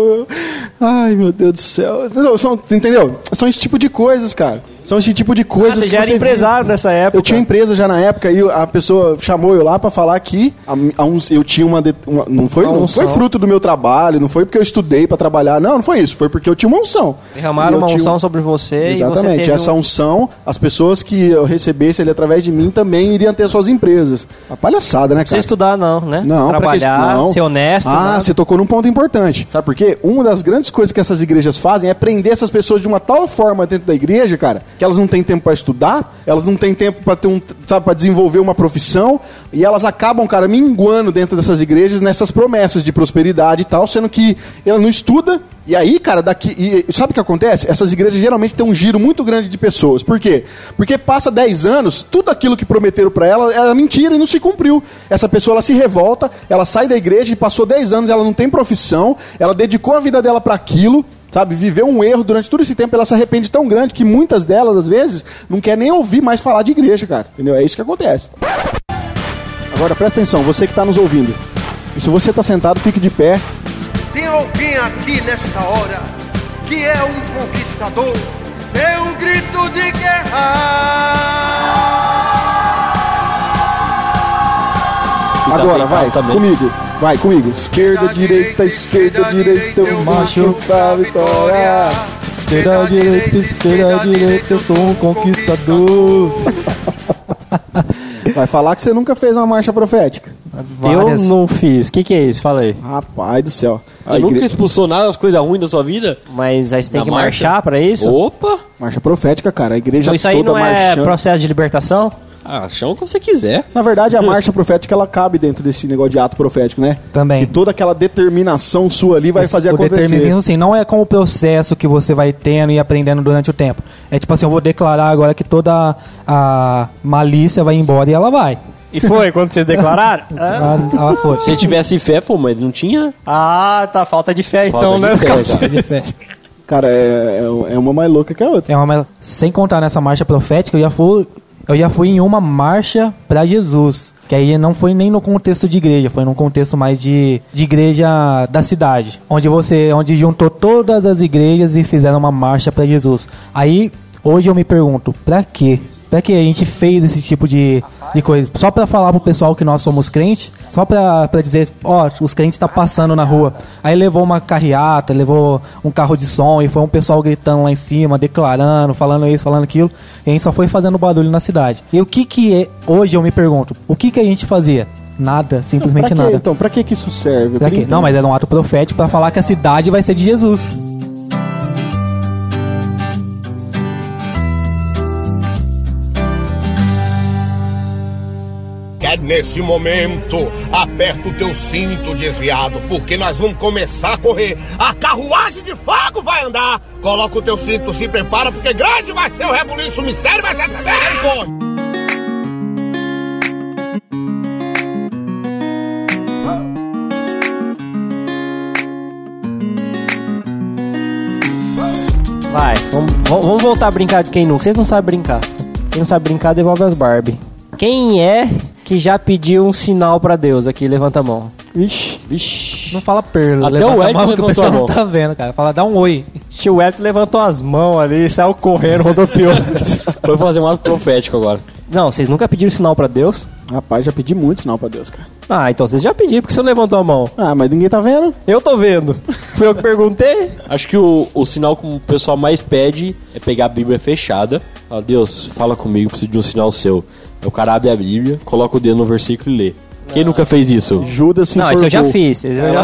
Ai, meu Deus do céu. Entendeu? São esse tipo de coisas, cara. São esse tipo de coisas você já era empresário nessa época. Eu tinha empresa já na época e a pessoa chamou eu lá pra falar que eu tinha não foi fruto do meu trabalho, não foi porque eu estudei pra trabalhar, não foi isso, foi porque eu tinha uma unção. Derramaram uma unção sobre você. Exatamente, e você teve essa unção, as pessoas que eu recebesse ali através de mim também iriam ter suas empresas. A palhaçada, né, cara? Você estudar não, né? Não, trabalhar, ser honesto. Você tocou num ponto importante. Sabe por quê? Uma das grandes coisas que essas igrejas fazem é prender essas pessoas de uma tal forma dentro da igreja, cara, que elas não têm tempo para estudar, elas não têm tempo para ter para desenvolver uma profissão, e elas acabam, cara, minguando dentro dessas igrejas nessas promessas de prosperidade e tal, sendo que ela não estuda. E aí, cara, sabe o que acontece? Essas igrejas geralmente têm um giro muito grande de pessoas. Por quê? Porque passa 10 anos, tudo aquilo que prometeram pra ela era mentira e não se cumpriu. Essa pessoa, ela se revolta, ela sai da igreja e passou 10 anos, ela não tem profissão, ela dedicou a vida dela pra aquilo, sabe? Viveu um erro durante todo esse tempo, ela se arrepende tão grande que muitas delas, às vezes, não quer nem ouvir mais falar de igreja, cara. Entendeu? É isso que acontece. Agora, presta atenção, você que está nos ouvindo. E se você está sentado, fique de pé. Tem alguém aqui nesta hora que é um conquistador? É um grito de guerra. Agora, vai, comigo. Vai, comigo. Esquerda, direita, eu marcho pra vitória. Esquerda, direita, eu sou um conquistador. Vai falar que você nunca fez uma marcha profética. Eu não fiz. O que é isso? Fala aí. Rapaz do céu. Você nunca expulsou nada das coisas ruins da sua vida? Mas aí você tem Na que marcha? marchar pra isso? Opa! Marcha profética, cara. A igreja Então isso aí toda não é marchando. processo de libertação? Ah, chama o que você quiser. Na verdade, a marcha profética, ela cabe dentro desse negócio de ato profético, né? Também. E toda aquela determinação sua ali vai fazer o acontecer. determinismo, assim, não é com o processo que você vai tendo e aprendendo durante o tempo. É tipo assim, eu vou declarar agora que toda a malícia vai embora e ela vai. E foi quando vocês declararam? Ela foi. Se tivesse fé, pô, mas não tinha. Ah, tá. Falta de fé Falta então, de né? fé, Falta de fé. Cara, é uma mais louca que a outra. Sem contar nessa marcha profética, eu já fui em uma marcha pra Jesus. Que aí não foi nem no contexto de igreja, foi num contexto mais de igreja da cidade. Onde juntou todas as igrejas e fizeram uma marcha pra Jesus. Aí, hoje eu me pergunto, pra quê? Pra que a gente fez esse tipo de coisa? Só pra falar pro pessoal que nós somos crentes? Só pra dizer, os crentes tá passando na rua. Aí levou uma carreata, levou um carro de som e foi um pessoal gritando lá em cima, declarando, falando isso, falando aquilo. E a gente só foi fazendo barulho na cidade. E o que é, hoje eu me pergunto, o que a gente fazia? Nada, simplesmente Pra quê, nada. Então, pra que isso serve? Pra quê? Não, mas era um ato profético pra falar que a cidade vai ser de Jesus. Nesse momento, aperta o teu cinto desviado, porque nós vamos começar a correr. A carruagem de fogo vai andar. Coloca o teu cinto, se prepara, porque grande vai ser o rebuliço, o mistério vai ser através. Ele corre. Vai, vamos voltar a brincar de quem nunca. Vocês não sabem brincar. Quem não sabe brincar, devolve as Barbie. Quem é que já pediu um sinal pra Deus aqui? Levanta a mão. Vixe. Não fala perla. Até o Edson que o pessoal não tá vendo, cara. Fala, dá um oi. Tio Edson levantou as mãos ali, saiu correndo, rodopiou. Foi fazer um ato profético agora. Não, vocês nunca pediram sinal pra Deus? Rapaz, já pedi muito sinal pra Deus, cara. Ah, então vocês já pediram, porque você não levantou a mão? Ah, mas ninguém tá vendo. Eu tô vendo. Foi eu que perguntei. Acho que o sinal que o pessoal mais pede é pegar a Bíblia fechada. Fala, Deus, fala comigo, preciso de um sinal seu. Aí o cara abre a Bíblia, coloca o dedo no versículo e lê. Quem nunca fez isso? Judas se Não, isso eu já fiz.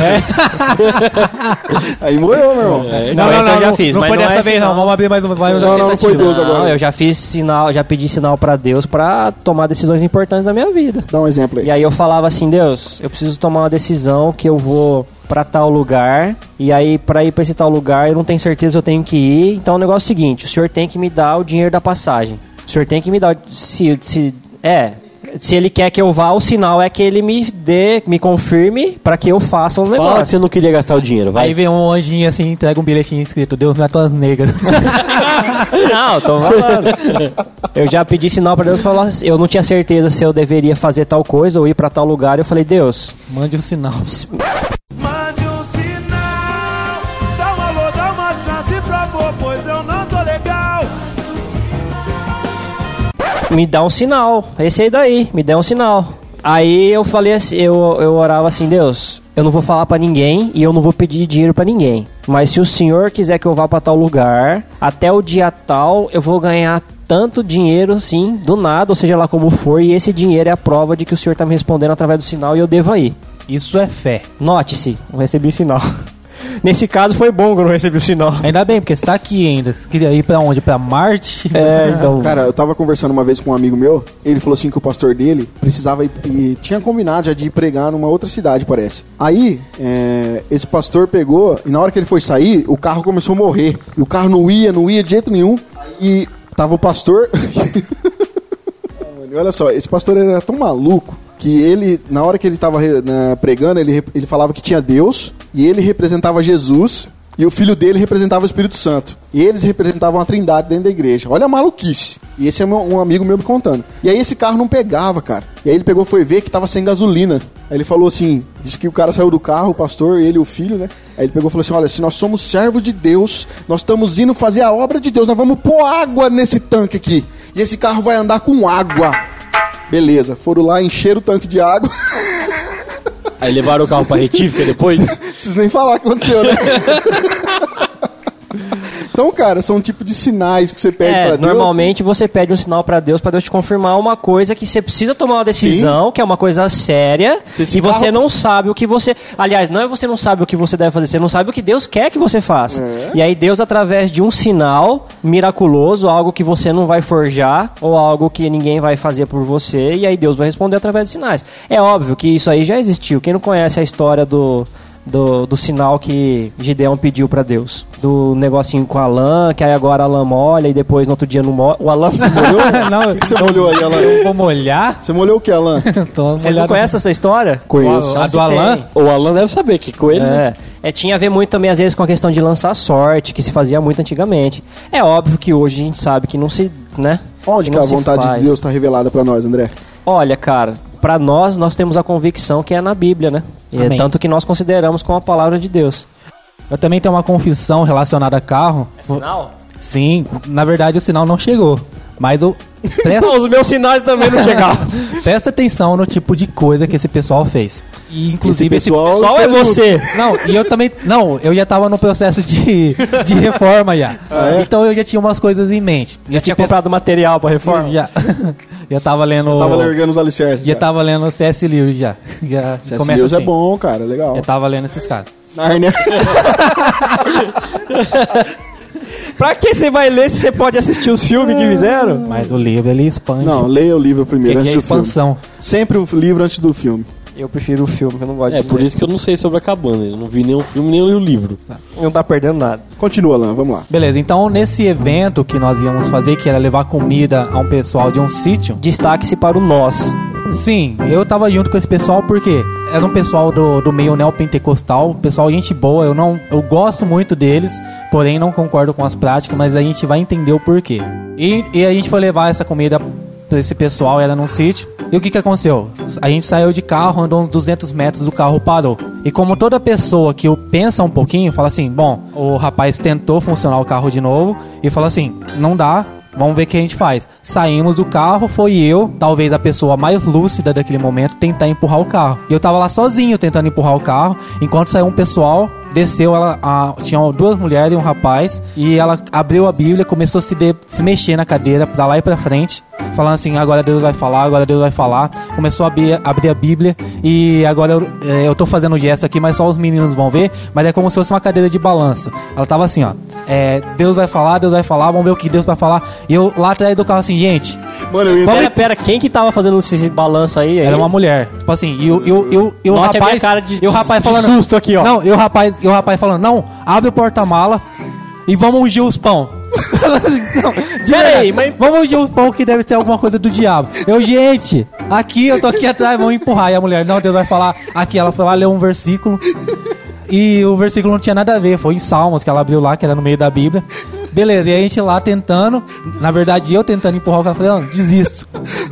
Aí morreu, meu irmão. Não, isso eu já fiz. Não mas foi não dessa é vez, sinal. não. Vamos abrir mais uma. Não foi Deus agora. Não, eu já fiz sinal, já pedi sinal pra Deus pra tomar decisões importantes da minha vida. Dá um exemplo aí. E aí eu falava assim, Deus, eu preciso tomar uma decisão que eu vou pra tal lugar. E aí pra ir pra esse tal lugar eu não tenho certeza, eu tenho que ir. Então o negócio é o seguinte, o senhor tem que me dar o dinheiro da passagem. O senhor tem que me dar... Se ele quer que eu vá, o sinal é que ele me confirme pra que eu faça um negócio. Fala que você não queria gastar o dinheiro, vai. Aí vem um anjinho assim, entrega um bilhetinho escrito, Deus não é tuas negras. Não, tô falando. Eu já pedi sinal pra Deus, eu não tinha certeza se eu deveria fazer tal coisa ou ir pra tal lugar. Eu falei, Deus... Mande um sinal. Mande um sinal, dá um alô, dá uma chance pra amor, pois eu não tô legal. Me dá um sinal, esse aí daí, me dá um sinal. Aí eu falei assim, eu orava assim, Deus, eu não vou falar pra ninguém e eu não vou pedir dinheiro pra ninguém. Mas se o senhor quiser que eu vá pra tal lugar, até o dia tal eu vou ganhar tanto dinheiro, sim, do nada, ou seja lá como for, e esse dinheiro é a prova de que o senhor tá me respondendo através do sinal e eu devo ir. Isso é fé. Note-se, não recebi sinal. Nesse caso foi bom que eu não recebi o sinal. Ainda bem, porque você tá aqui ainda. Você queria ir pra onde? Pra Marte? Então... Cara, eu tava conversando uma vez com um amigo meu, ele falou assim que o pastor dele precisava ir, e tinha combinado já de ir pregar numa outra cidade, parece. Aí, esse pastor pegou, e na hora que ele foi sair, o carro começou a morrer. E o carro não ia de jeito nenhum. E tava o pastor... Olha só, esse pastor era tão maluco que ele, na hora que ele tava pregando, ele falava que tinha Deus, e ele representava Jesus, E o filho dele representava o Espírito Santo. E eles representavam a Trindade dentro da igreja. Olha a maluquice. E esse é um amigo meu me contando. E aí esse carro não pegava, cara. E aí ele pegou, foi ver que tava sem gasolina. Aí ele falou assim, disse que o cara saiu do carro, o pastor, ele e o filho, né? Aí ele pegou e falou assim, olha, se nós somos servos de Deus, nós estamos indo fazer a obra de Deus, nós vamos pôr água nesse tanque aqui. E esse carro vai andar com água. Beleza, foram lá, encheram o tanque de água. Aí levaram o carro pra retífica depois? Não preciso nem falar o que aconteceu, né? Então, cara, são um tipo de sinais que você pede pra Deus. Normalmente você pede um sinal pra Deus te confirmar uma coisa que você precisa tomar uma decisão, que é uma coisa séria, e você não sabe o que você... Aliás, não é você não sabe o que você deve fazer, você não sabe o que Deus quer que você faça. E aí Deus, através de um sinal miraculoso, algo que você não vai forjar, ou algo que ninguém vai fazer por você, e aí Deus vai responder através de sinais. É óbvio que isso aí já existiu. Quem não conhece a história do sinal que Gideão pediu pra Deus. Do negocinho com a lã, que aí agora a lã molha e depois no outro dia não molha. O Alan se molhou? Não, o que você molhou aí, Alan? Eu vou molhar? Você molhou o que, Alan? Você não conhece essa história? Conheço. A do Alan? O Alan deve saber que com ele... Tinha a ver muito também, às vezes, com a questão de lançar sorte, que se fazia muito antigamente. É óbvio que hoje a gente sabe que não se... né? Onde que a vontade de Deus está revelada pra nós, André? Olha, cara, pra nós temos a convicção que é na Bíblia, né? E é tanto que nós consideramos como a palavra de Deus. Eu também tenho uma confissão relacionada a carro. É sinal? Sim, na verdade o sinal não chegou. Mas eu... Não, os meus sinais também não chegaram. Presta atenção no tipo de coisa que esse pessoal fez. E inclusive esse pessoal é você. Não, e eu também... Não, eu já tava no processo de reforma já. Então eu já tinha umas coisas em mente. Já tinha comprado material pra reforma? Já tava lendo... Tava largando os alicerces. Já tava lendo C.S. Lewis já. C.S. Lewis assim. É bom, cara, legal. Eu tava lendo esses caras. Nárnia. Pra que você vai ler se você pode assistir os filmes que fizeram? Mas o livro, ele expande. Não, leia o livro primeiro, antes é do expansão. filme. Sempre o livro antes do filme. Eu prefiro o filme, que eu não gosto de ler. Por isso que eu não sei sobre a cabana. Eu não vi nenhum filme, nem li o livro. Não tá perdendo nada. Continua, Alan, vamos lá. Beleza, então nesse evento que nós íamos fazer, que era levar comida a um pessoal de um sítio... Destaque-se para o nós. Sim, eu tava junto com esse pessoal porque era um pessoal do meio neopentecostal, pessoal gente boa, eu gosto muito deles, porém não concordo com as práticas, mas a gente vai entender o porquê. E a gente foi levar essa comida pra esse pessoal, era num sítio. E o que aconteceu? A gente saiu de carro, andou uns 200 metros, o carro parou. E como toda pessoa que pensa um pouquinho, fala assim, bom, o rapaz tentou funcionar o carro de novo e fala assim, não dá, vamos ver o que a gente faz. Saímos do carro, foi eu, talvez a pessoa mais lúcida daquele momento, tentar empurrar o carro. E eu tava lá sozinho tentando empurrar o carro, enquanto saiu um pessoal, desceu, tinha duas mulheres e um rapaz, e ela abriu a Bíblia, começou a se mexer na cadeira, pra lá e pra frente, falando assim, agora Deus vai falar, agora Deus vai falar. Começou a abrir a Bíblia, e agora eu tô fazendo o gesto aqui, mas só os meninos vão ver, mas é como se fosse uma cadeira de balanço. Ela tava assim, ó, Deus vai falar, vamos ver o que Deus vai falar. E eu lá atrás do carro assim, gente... Mano, Pera, quem que tava fazendo esse balanço aí? Era uma mulher. Tipo assim, e o Note rapaz... a minha cara de rapaz falando, susto aqui, ó. Não, e o rapaz falando, não, abre o porta-mala e vamos ungir os pão. Peraí, mas... Vamos ungir os pão que deve ser alguma coisa do diabo. Gente, eu tô aqui atrás, vamos empurrar. E a mulher, não, Deus vai falar. Aqui, ela foi lá, leu um versículo. E o versículo não tinha nada a ver, foi em Salmos que ela abriu lá, que era no meio da Bíblia. Beleza, e a gente lá tentando, na verdade eu tentando empurrar o carro, falei, não, desisto.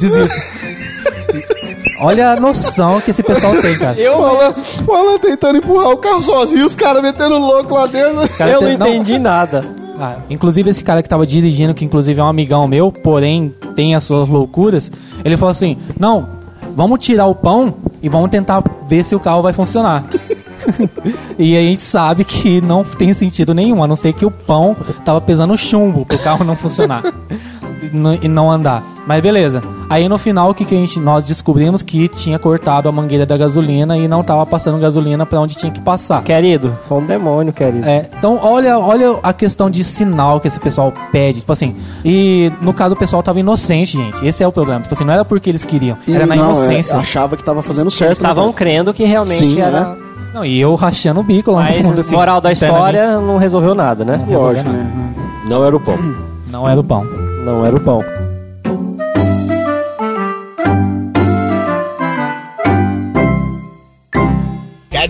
Olha a noção que esse pessoal tem, cara. O Alan tentando empurrar o carro sozinho, os caras metendo louco lá dentro. Eu não entendi nada. Inclusive esse cara que tava dirigindo, que inclusive é um amigão meu, porém tem as suas loucuras, ele falou assim, não, vamos tirar o pão e vamos tentar ver se o carro vai funcionar. E a gente sabe que não tem sentido nenhum, a não ser que o pão tava pesando chumbo pro carro não funcionar e não andar. Mas beleza. Aí no final nós descobrimos que tinha cortado a mangueira da gasolina e não tava passando gasolina pra onde tinha que passar. Querido, foi um demônio, querido. Então olha a questão de sinal que esse pessoal pede, tipo assim. E no caso o pessoal tava inocente, gente. Esse é o problema. Tipo assim, não era porque eles queriam, era na inocência. Achava que tava fazendo certo. Eles estavam crendo que realmente era... Não, e eu rachando o bico lá no fundo, assim, moral da história, não resolveu nada, né? Lógico, né? Não era o pão. Não era o pão. Não era o pão.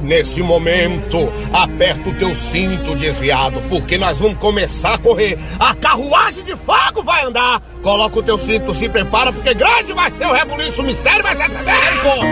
Nesse momento, aperta o teu cinto desviado, porque nós vamos começar a correr. A carruagem de fogo vai andar. Coloca o teu cinto, se prepara, porque grande vai ser o rebuliço, o mistério vai ser tremérico.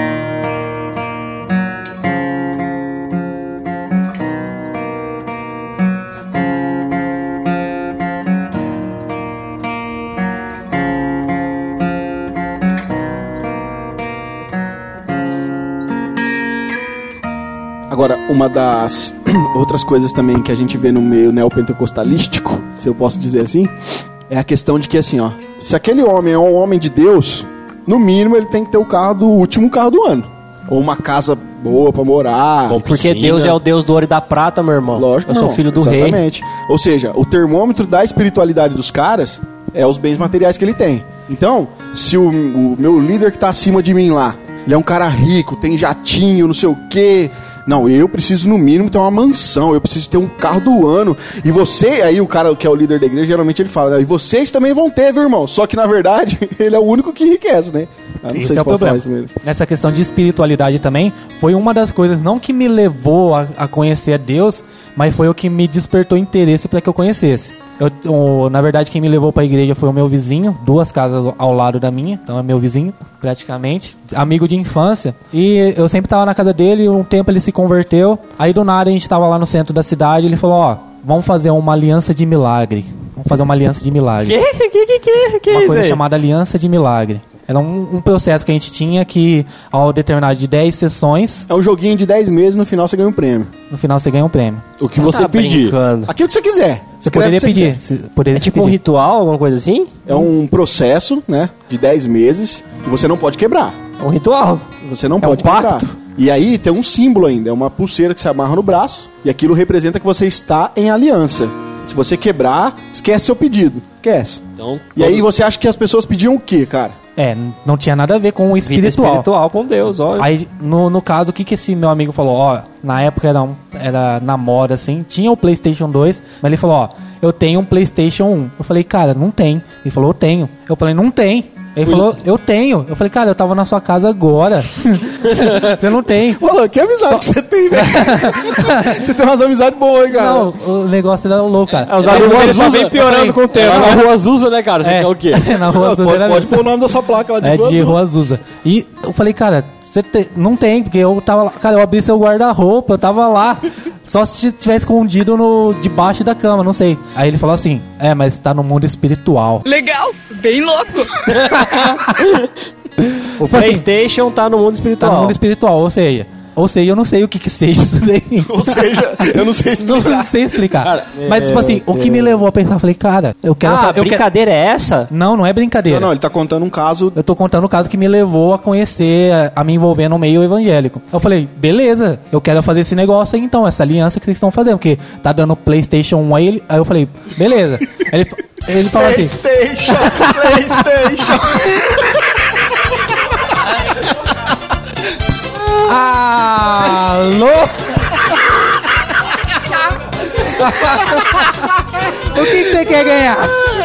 Agora, uma das outras coisas também que a gente vê no meio neopentecostalístico, se eu posso dizer assim, é a questão de que, assim, ó, se aquele homem é um homem de Deus, no mínimo ele tem que ter o último carro do ano. Ou uma casa boa pra morar. Porque Deus é o Deus do ouro e da prata, meu irmão. Lógico, eu sou filho do rei. Exatamente. Ou seja, o termômetro da espiritualidade dos caras é os bens materiais que ele tem. Então, se o meu líder que tá acima de mim lá, ele é um cara rico, tem jatinho, não sei o quê... Não, eu preciso no mínimo ter uma mansão, eu preciso ter um carro do ano. E você, aí o cara que é o líder da igreja, geralmente ele fala, e vocês também vão ter, viu, irmão? Só que na verdade, ele é o único que enriquece, né? Esse é o problema. Nessa questão de espiritualidade também, foi uma das coisas, não que me levou a conhecer a Deus, mas foi o que me despertou interesse para que eu conhecesse. Na verdade, quem me levou pra igreja foi o meu vizinho, 2 casas ao lado da minha, então é meu vizinho, praticamente, amigo de infância, e eu sempre tava na casa dele, um tempo ele se converteu, aí do nada a gente tava lá no centro da cidade, ele falou, ó, vamos fazer uma aliança de milagre. Vamos fazer uma aliança de milagre. Que uma coisa chamada aliança de milagre. Era um processo que a gente tinha que, ao determinado de 10 sessões... É um joguinho de 10 meses, no final você ganha um prêmio. No final você ganha um prêmio. O que você pedir. Aquilo que você quiser. Você poderia pedir. É tipo um ritual, alguma coisa assim? É um processo, né, de 10 meses, que você não pode quebrar. É um ritual. Você não pode quebrar. E aí tem um símbolo ainda, é uma pulseira que você amarra no braço, e aquilo representa que você está em aliança. Se você quebrar, esquece seu pedido. Esquece. Então, e aí você acha que as pessoas pediam o quê, cara? Não tinha nada a ver com o espiritual. Vida espiritual com Deus, olha. Aí, no caso, o que esse meu amigo falou? Ó, na época era na moda, assim, tinha o PlayStation 2, mas ele falou, ó, eu tenho um PlayStation 1. Eu falei, cara, não tem. Ele falou, eu tenho. Eu falei, não tem. Ele falou, eu tenho. Eu falei, cara, eu tava na sua casa agora. Você não tem. Olha, que amizade que você tem, velho. Você tem umas amizades boas, hein, cara? Não, o negócio era louco, cara. Os amigos só vem piorando com o tempo. Na Rua Azusa, né, cara? Você quer o quê? Na Rua Azusa pode pôr o nome da sua placa lá de Rua Azusa. É de Rua Azusa. E eu falei, cara, não tem, porque eu tava lá. Cara, eu abri seu guarda-roupa, eu tava lá. Só se tivesse escondido debaixo da cama, não sei. Aí ele falou assim, mas tá no mundo espiritual. Legal, bem louco. O PlayStation tá no mundo espiritual. Tá no mundo espiritual, ou seja, eu não sei o que seja isso daí. Ou seja, eu não sei explicar. Não sei explicar. Cara, mas, tipo assim, o que me levou a pensar, eu falei, cara, eu quero... a brincadeira é essa? Não é brincadeira. Não, ele tá contando um caso... Eu tô contando um caso que me levou a conhecer, a me envolver no meio evangélico. Eu falei, beleza, eu quero fazer esse negócio aí, então, essa aliança que vocês estão fazendo, porque tá dando PlayStation 1 aí eu falei, beleza. Ele falou assim... PlayStation! Alô? O que você quer ganhar?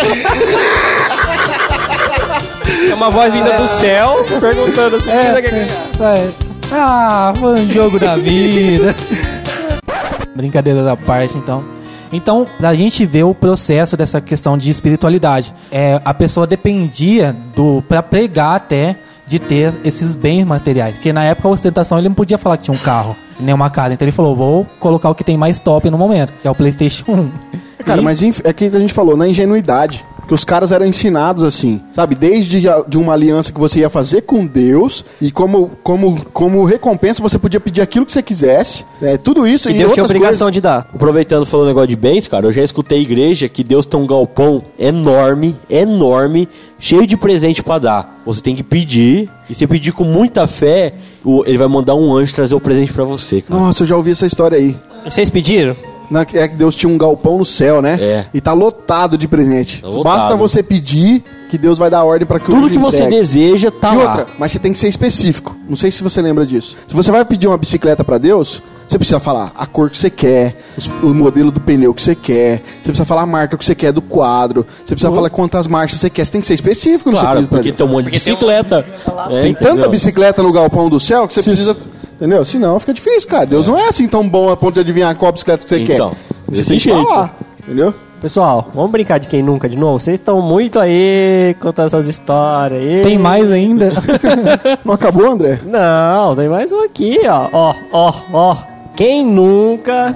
É uma voz vinda do céu perguntando assim, o que você quer ganhar? Foi um jogo da vida. Brincadeira da parte, então. Então, pra gente ver o processo dessa questão de espiritualidade, a pessoa dependia pra pregar até de ter esses bens materiais. Porque na época a ostentação ele não podia falar que tinha um carro, nem uma casa. Então ele falou, vou colocar o que tem mais top no momento, que é o PlayStation 1. Cara, mas é aquilo que a gente falou, na ingenuidade. Que os caras eram ensinados assim, sabe? Desde de uma aliança que você ia fazer com Deus, e como recompensa você podia pedir aquilo que você quisesse, tudo isso e Deus tinha obrigação de dar. Aproveitando, falando negócio de bens, cara, eu já escutei igreja que Deus tem um galpão enorme, cheio de presente pra dar. Você tem que pedir, e se pedir com muita fé, ele vai mandar um anjo trazer o presente pra você, cara. Nossa, eu já ouvi essa história aí. Vocês pediram? É que Deus tinha um galpão no céu, né? E tá lotado de presente. Basta você pedir que Deus vai dar ordem pra que tudo que você deseja tá lá. E outra, mas você tem que ser específico. Não sei se você lembra disso. Se você vai pedir uma bicicleta pra Deus, você precisa falar a cor que você quer, o modelo do pneu que você quer, você precisa falar a marca que você quer do quadro, você precisa falar quantas marchas você quer. Você tem que ser específico no seu pedido pra Deus. Tem um monte de bicicleta. Tem tanta bicicleta no galpão do céu que você precisa... Entendeu? Senão fica difícil, cara. Deus não é assim tão bom a ponto de adivinhar qual bicicleta que você quer. Você tem que falar, entendeu? Pessoal, vamos brincar de quem nunca de novo? Vocês estão muito aí contando essas histórias aí. Tem mais ainda? Não acabou, André? Não, tem mais um aqui, ó. Quem nunca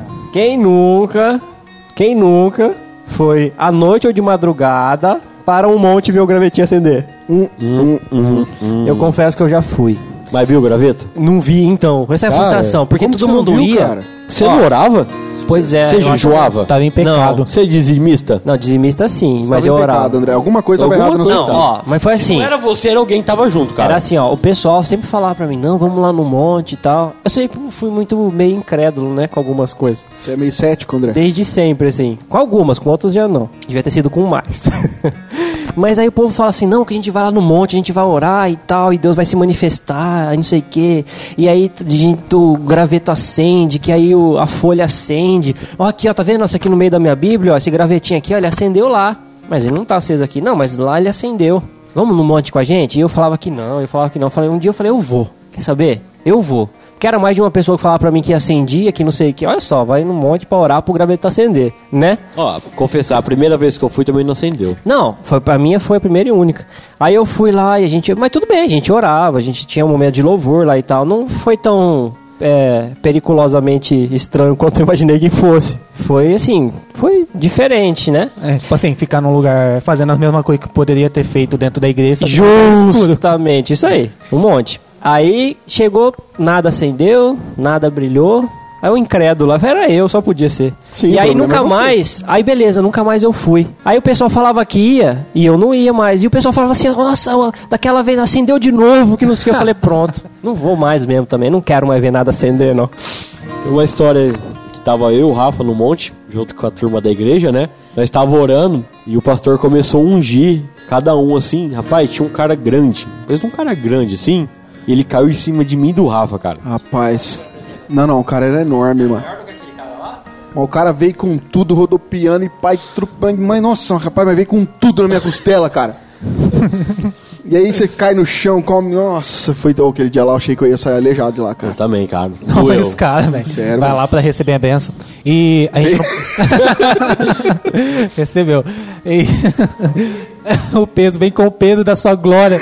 foi à noite ou de madrugada para um monte ver o gravetinho acender? Eu confesso que eu já fui. Mas viu o graveto? Não vi, então. Essa é a frustração, porque todo mundo viu, ia. Cara? Você não orava? Pois é. Você jejuava? Tava em pecado. Você é dizimista? Não, dizimista sim, mas Tava eu em orava. pecado, André. Alguma coisa estava errada no seu Não, ó, mas foi assim. Se não era você, era alguém que tava junto, cara. Era assim, ó, o pessoal sempre falava pra mim, não, vamos lá no monte e tal. Eu sempre fui muito meio incrédulo, né, com algumas coisas. Você é meio cético, André? Desde sempre, assim. Com algumas, com outras já não. Devia ter sido com mais. Mas aí o povo fala assim, não, que a gente vai lá no monte, a gente vai orar e tal, e Deus vai se manifestar, não sei o quê. E aí o graveto acende, que aí a folha acende. Ó, aqui, ó, tá vendo? Isso aqui no meio da minha Bíblia, ó, esse gravetinho aqui, ó, ele acendeu lá. Mas ele não tá aceso aqui. Não, mas lá ele acendeu. Vamos no monte com a gente? E eu falava que não, Um dia eu falei, eu vou. Quer saber? Eu vou. Porque era mais de uma pessoa que falava pra mim que acendia, que não sei o que. Olha só, vai no monte pra orar pro graveto acender, né? Ó, confessar, a primeira vez que eu fui também não acendeu. Não, pra mim foi a primeira e única. Aí eu fui lá e a gente... Mas tudo bem, a gente orava, a gente tinha um momento de louvor lá e tal. Não foi tão periculosamente estranho quanto eu imaginei que fosse. Foi assim, foi diferente, né? Tipo assim, ficar num lugar fazendo a mesma coisa que poderia ter feito dentro da igreja. Justamente, isso aí, um monte. Aí chegou, nada acendeu, nada brilhou. Aí o incrédulo, era eu, só podia ser. Sim, e aí nunca mais, aí beleza, nunca mais eu fui. Aí o pessoal falava que ia, e eu não ia mais. E o pessoal falava assim, nossa, daquela vez acendeu de novo, que não sei o que. Eu falei, pronto, não vou mais mesmo também, não quero mais ver nada acender, não. Uma história que tava eu e o Rafa no monte, junto com a turma da igreja, né? Nós estávamos orando e o pastor começou a ungir cada um assim. Rapaz, tinha um cara grande, assim, e ele caiu em cima de mim e do Rafa, cara. Rapaz... Não, o cara era enorme, mano. Maior do que aquele cara lá? O cara veio com tudo, rodopiando e pai trupando. Mas nossa, rapaz, mas veio com tudo na minha costela, cara. E aí você cai no chão, come. Nossa, foi aquele dia lá, eu achei que eu ia sair aleijado de lá, cara. Eu também, cara. Olha esse cara, velho. Sério, vai mano. lá pra receber a benção. E a gente não... Recebeu. E... o peso, vem com o peso da sua glória.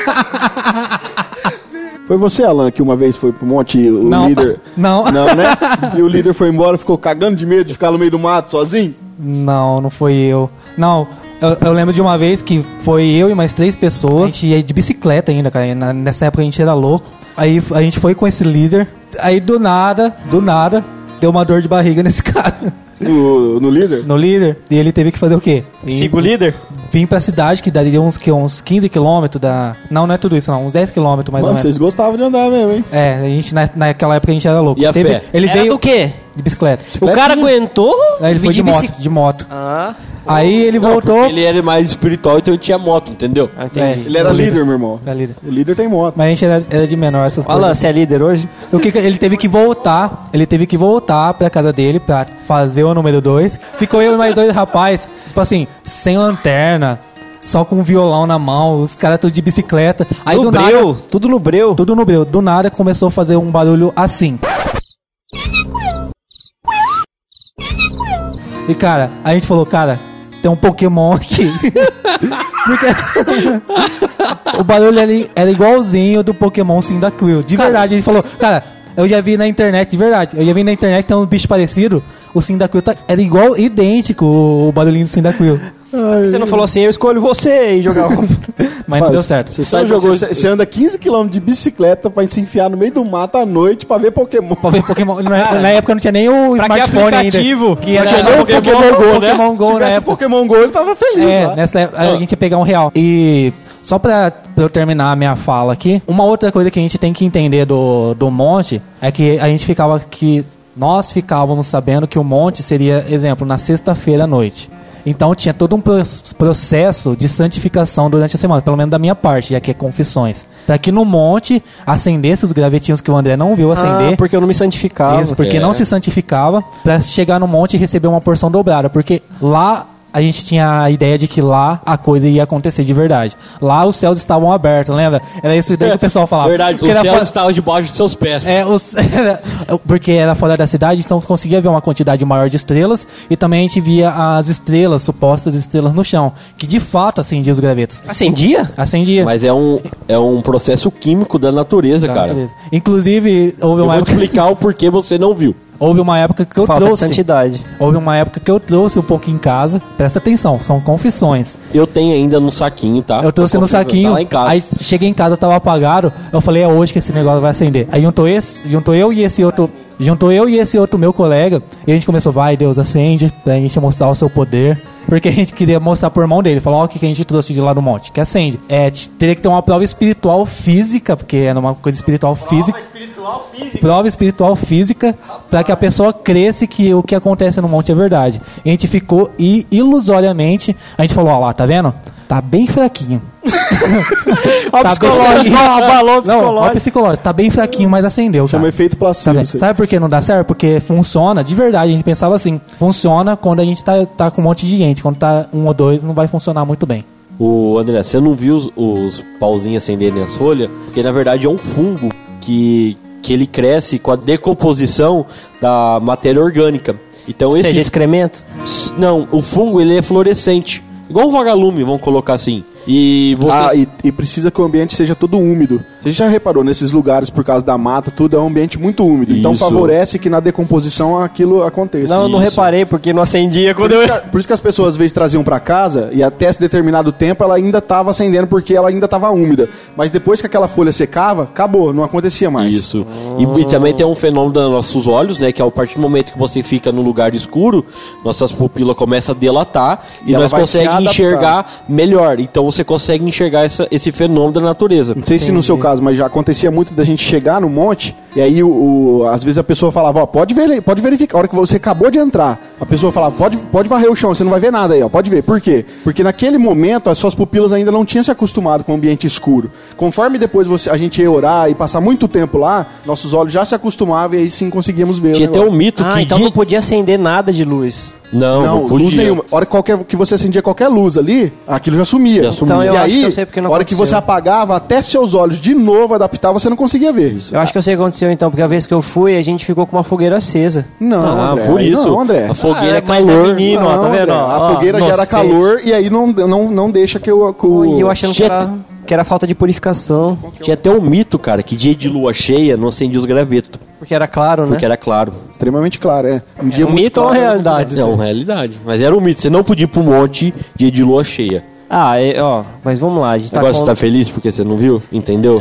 Foi você, Alan, que uma vez foi pro monte e o não, líder... Não, né? E o líder foi embora, ficou cagando de medo de ficar no meio do mato sozinho? Não foi eu. Não, eu lembro de uma vez que foi eu e mais 3 pessoas. A gente ia de bicicleta ainda, cara. Nessa época a gente era louco. Aí a gente foi com esse líder. Aí do nada, deu uma dor de barriga nesse cara. No líder? No líder. E ele teve que fazer o quê? Siga o líder? Vim pra cidade, que daria uns 15 quilômetros da... Não é tudo isso, não. Uns 10 quilômetros mais ou menos. Vocês gostavam de andar mesmo, hein? A gente, naquela época a gente era louco. E a fé? Ele Era veio do quê? de bicicleta. O cara aguentou? Aí ele foi de moto. Ah. Aí ele voltou... Ele era mais espiritual, então ele tinha moto, entendeu? Entendi. Ele era líder, meu irmão. Era líder. O líder tem moto. Mas a gente era de menor, essas coisas. Alan, você é líder hoje? Ele teve que voltar pra casa dele pra fazer o número 2. Ficou eu e mais 2 rapazes, tipo assim, sem lanterna, só com um violão na mão, os caras tudo de bicicleta. Aí no do breu, nada, tudo no breu. tudo no breu. Do nada começou a fazer um barulho assim. E cara, a gente falou, cara, tem um Pokémon aqui. Porque o barulho era igualzinho do Pokémon Cyndaquil. De verdade, ele falou, cara, eu já vi na internet, de verdade. Eu já vi na internet, tem um bicho parecido. O Cyndaquil era igual, idêntico, o barulhinho do Cyndaquil. Você não falou assim, eu escolho você e jogar o... Mas não deu certo. Você anda 15 km de bicicleta pra se enfiar no meio do mato à noite pra ver Pokémon. Pra ver Pokémon. Na época não tinha nem o smartphone ainda. Que era só Pokémon Go, né? Se tivesse Pokémon Go, ele tava feliz lá. Nessa época a gente ia pegar R$1. E só pra eu terminar a minha fala aqui, uma outra coisa que a gente tem que entender do monte é que a gente nós ficávamos sabendo que o monte seria, exemplo, na sexta-feira à noite. Então tinha todo um processo de santificação durante a semana, pelo menos da minha parte, já que é confissões. Para que no monte acendesse os gravetinhos que o André não viu acender. Porque eu não me santificava. Isso, porque não se santificava, para chegar no monte e receber uma porção dobrada. Porque lá a gente tinha a ideia de que lá a coisa ia acontecer de verdade. Lá os céus estavam abertos, lembra? Era isso daí que o pessoal falava. Verdade, os céus estavam debaixo dos seus pés. Porque era fora da cidade, então conseguia ver uma quantidade maior de estrelas e também a gente via as estrelas, supostas estrelas no chão, que de fato acendia os gravetos. Acendia? Acendia. Mas é um processo químico da natureza, cara. Natureza. Inclusive, houve uma época... vou te explicar o porquê você não viu. Houve uma época que eu Falta trouxe. De santidade. Houve uma época que eu trouxe um pouco em casa. Presta atenção, são confissões. Eu tenho ainda no saquinho, tá? Eu trouxe no saquinho. Tá lá em casa. Aí cheguei em casa, tava apagado. Eu falei, é hoje que esse negócio vai acender. Aí juntou eu e esse outro meu colega. E a gente começou, vai Deus, acende, pra gente mostrar o seu poder. Porque a gente queria mostrar por mão dele. Falou, ó, o que a gente trouxe de lá do monte. Que acende. Teria que ter uma prova espiritual física, porque era uma coisa espiritual física. Prova espiritual física, pra que a pessoa cresce que o que acontece no monte é verdade. E a gente ficou ilusoriamente, a gente falou, ó lá, tá vendo? Tá bem fraquinho. Ó, tá psicológico, abalou psicológico. Ó, psicológico, tá bem fraquinho, mas acendeu. Chama efeito placebo. Tá, sabe por que não dá certo? Porque funciona, de verdade, a gente pensava assim, funciona quando a gente tá com um monte de gente, quando tá um ou dois não vai funcionar muito bem. O André, você não viu os pauzinhos acenderem as folhas? Porque na verdade é um fungo que ele cresce com a decomposição da matéria orgânica. Então, ou seja, excremento? Não, o fungo ele é fluorescente. Igual um vagalume, vamos colocar assim. E precisa que o ambiente seja todo úmido. Você já reparou, nesses lugares, por causa da mata, tudo é um ambiente muito úmido. Isso. Então favorece que na decomposição aquilo aconteça. Não, eu não reparei, porque não acendia quando por isso que as pessoas às vezes traziam pra casa e até esse determinado tempo ela ainda estava acendendo porque ela ainda estava úmida. Mas depois que aquela folha secava, acabou, não acontecia mais. Isso. E também tem um fenômeno dos nossos olhos, né? Que a partir do momento que você fica no lugar escuro, nossas pupilas começam a dilatar e nós conseguimos enxergar melhor. Então você consegue enxergar esse fenômeno da natureza. Não sei se no seu caso, mas já acontecia muito da gente chegar no monte e aí às vezes a pessoa falava, ó, pode verificar. A hora que você acabou de entrar, a pessoa falava, pode varrer o chão, você não vai ver nada aí, ó, pode ver. Por quê? Porque naquele momento as suas pupilas ainda não tinham se acostumado com o ambiente escuro. Conforme depois a gente ia orar e passar muito tempo lá, nossos olhos já se acostumavam e aí sim conseguíamos ver. Tinha até um mito que então não podia acender nada de luz. Não luz nenhuma. A hora que você acendia qualquer luz ali, aquilo já sumia. Então, e aí, a hora que você apagava, até seus olhos de novo adaptar, você não conseguia ver. Eu acho que eu sei o que aconteceu então, porque a vez que eu fui, a gente ficou com uma fogueira acesa. Não, André, por isso. Não, André. A fogueira é calor. É menino, não, ó, tá vendo? A fogueira gera calor e aí não deixa que o... E eu achando que era falta de purificação. Tinha até um mito, cara, que dia de lua cheia não acendia os gravetos. Porque era claro, né? Porque era claro. Extremamente claro, é. Um dia muito mito claro, ou realidade? Não, realidade. Mas era um mito. Você não podia ir pro monte dia de lua cheia. Mas vamos lá. A gente agora você tá feliz porque você não viu? Entendeu?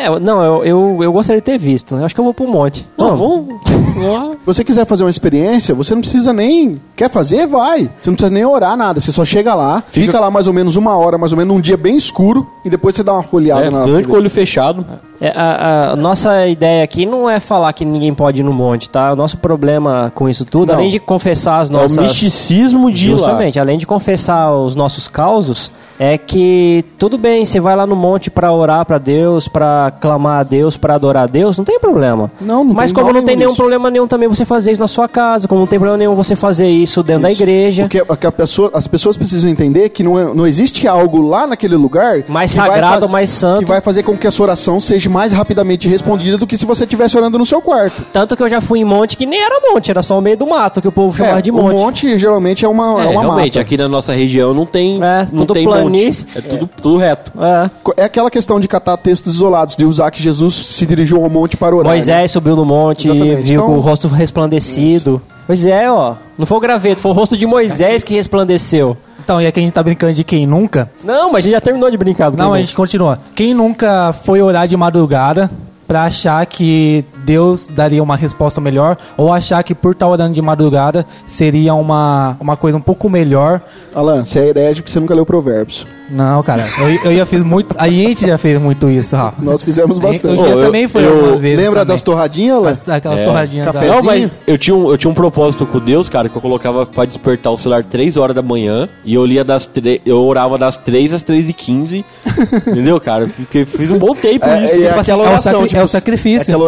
Eu gostaria de ter visto. Eu acho que eu vou pro monte. Vamos. Se você quiser fazer uma experiência, você não precisa nem... Quer fazer? Vai. Você não precisa nem orar nada. Você só chega lá, fica lá mais ou menos 1 hora, mais ou menos num dia bem escuro, e depois você dá uma folheada na... Com o olho fechado. A nossa ideia aqui não é falar que ninguém pode ir no monte, tá? O nosso problema com isso tudo, além de confessar as nossas... É o misticismo de Justamente, além de confessar os nossos causos, é que tudo bem, você vai lá no monte pra orar pra Deus, pra clamar a Deus, pra adorar a Deus, não tem problema. Mas como não tem nenhum problema nenhum também você fazer isso na sua casa, como não tem problema nenhum você fazer isso dentro da igreja. Porque as pessoas precisam entender que não existe algo lá naquele lugar... mais sagrado, mais santo. Que vai fazer com que a sua oração seja mais rapidamente respondida do que se você estivesse orando no seu quarto. Tanto que eu já fui em monte que nem era monte, era só o meio do mato que o povo chamava de monte. O monte geralmente é uma realmente, mata. Aqui na nossa região não tem tudo tem planície. monte. É tudo reto. É aquela questão de catar textos isolados, de usar que Jesus se dirigiu ao monte para orar. Moisés subiu no monte e viu com o rosto resplandecido. Pois é, ó. Não foi o graveto, foi o rosto de Moisés que resplandeceu. Então, e aqui a gente tá brincando de quem nunca? Não, mas a gente já terminou de brincar. Não, a gente continua. Quem nunca foi orar de madrugada pra achar que Deus daria uma resposta melhor, ou achar que por estar orando de madrugada seria uma coisa um pouco melhor? Alan, você é herege porque você nunca leu Provérbios. Não, cara, eu já fiz muito. A gente já fez muito isso, Rafa. Nós fizemos bastante. Eu também fui algumas vezes. Lembra também. Das torradinhas, Alan? Aquelas torradinhas. Cafezinho. Não, mas eu tinha um propósito com Deus, cara, que eu colocava pra despertar o celular 3 horas da manhã e eu orava das 3 às 3h15. Entendeu, cara? Fiz um bom tempo isso. É aquela oração, é o sacrifício. É aquela oração assim,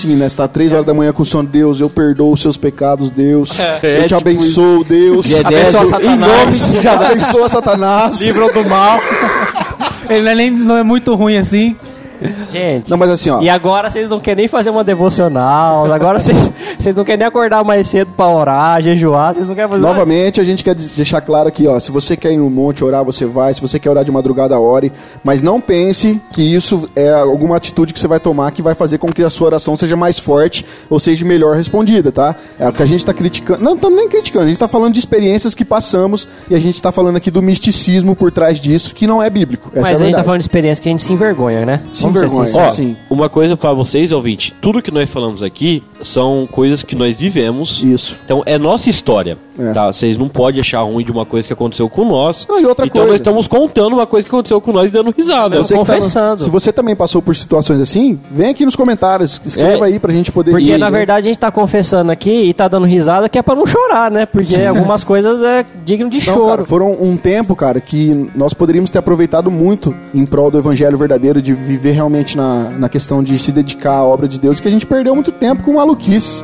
seguinte, né? Você tá 3 horas da manhã com o sono, Deus, eu perdoo os seus pecados, Deus. Eu te abençoo, Deus. Abençoa Satanás. Já abençoa Satanás. Livro do mal. Ele não é muito ruim assim. Gente, não, mas assim, ó. E agora vocês não querem nem fazer uma devocional, agora vocês não querem nem acordar mais cedo pra orar, jejuar, vocês não querem fazer Novamente, a gente quer deixar claro aqui, ó, se você quer ir no monte orar, você vai, se você quer orar de madrugada, ore, mas não pense que isso é alguma atitude que você vai tomar que vai fazer com que a sua oração seja mais forte ou seja melhor respondida, tá? É o que a gente tá criticando, não estamos nem criticando, a gente tá falando de experiências que passamos e a gente tá falando aqui do misticismo por trás disso, que não é bíblico. Essa mas é a a gente tá falando de experiência que a gente se envergonha, né? Vergonha. Ó, sim. Uma coisa pra vocês, ouvinte, tudo que nós falamos aqui são coisas que nós vivemos. Isso. Então é nossa história, É. tá? Vocês não podem achar ruim de uma coisa que aconteceu com nós. Não, e outra então coisa. nós estamos contando uma coisa que aconteceu com nós e dando risada. Você que tá confessando. se você também passou por situações assim, vem aqui nos comentários, escreva aí pra gente poder Porque ir, na né? verdade a gente tá confessando aqui e tá dando risada que é pra não chorar, né? Porque algumas coisas é digno de Não, choro. cara, foram um tempo, cara, que nós poderíamos ter aproveitado muito em prol do evangelho verdadeiro, de viver realmente na questão de se dedicar à obra de Deus, que a gente perdeu muito tempo com maluquices.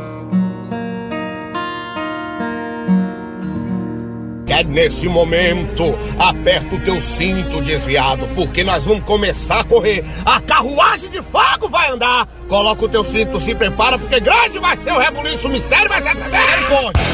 É nesse momento, aperta o teu cinto desviado, porque nós vamos começar a correr. A carruagem de fogo vai andar. Coloca o teu cinto, se prepara, porque grande vai ser o rebuliço, o mistério vai ser a misericórdia.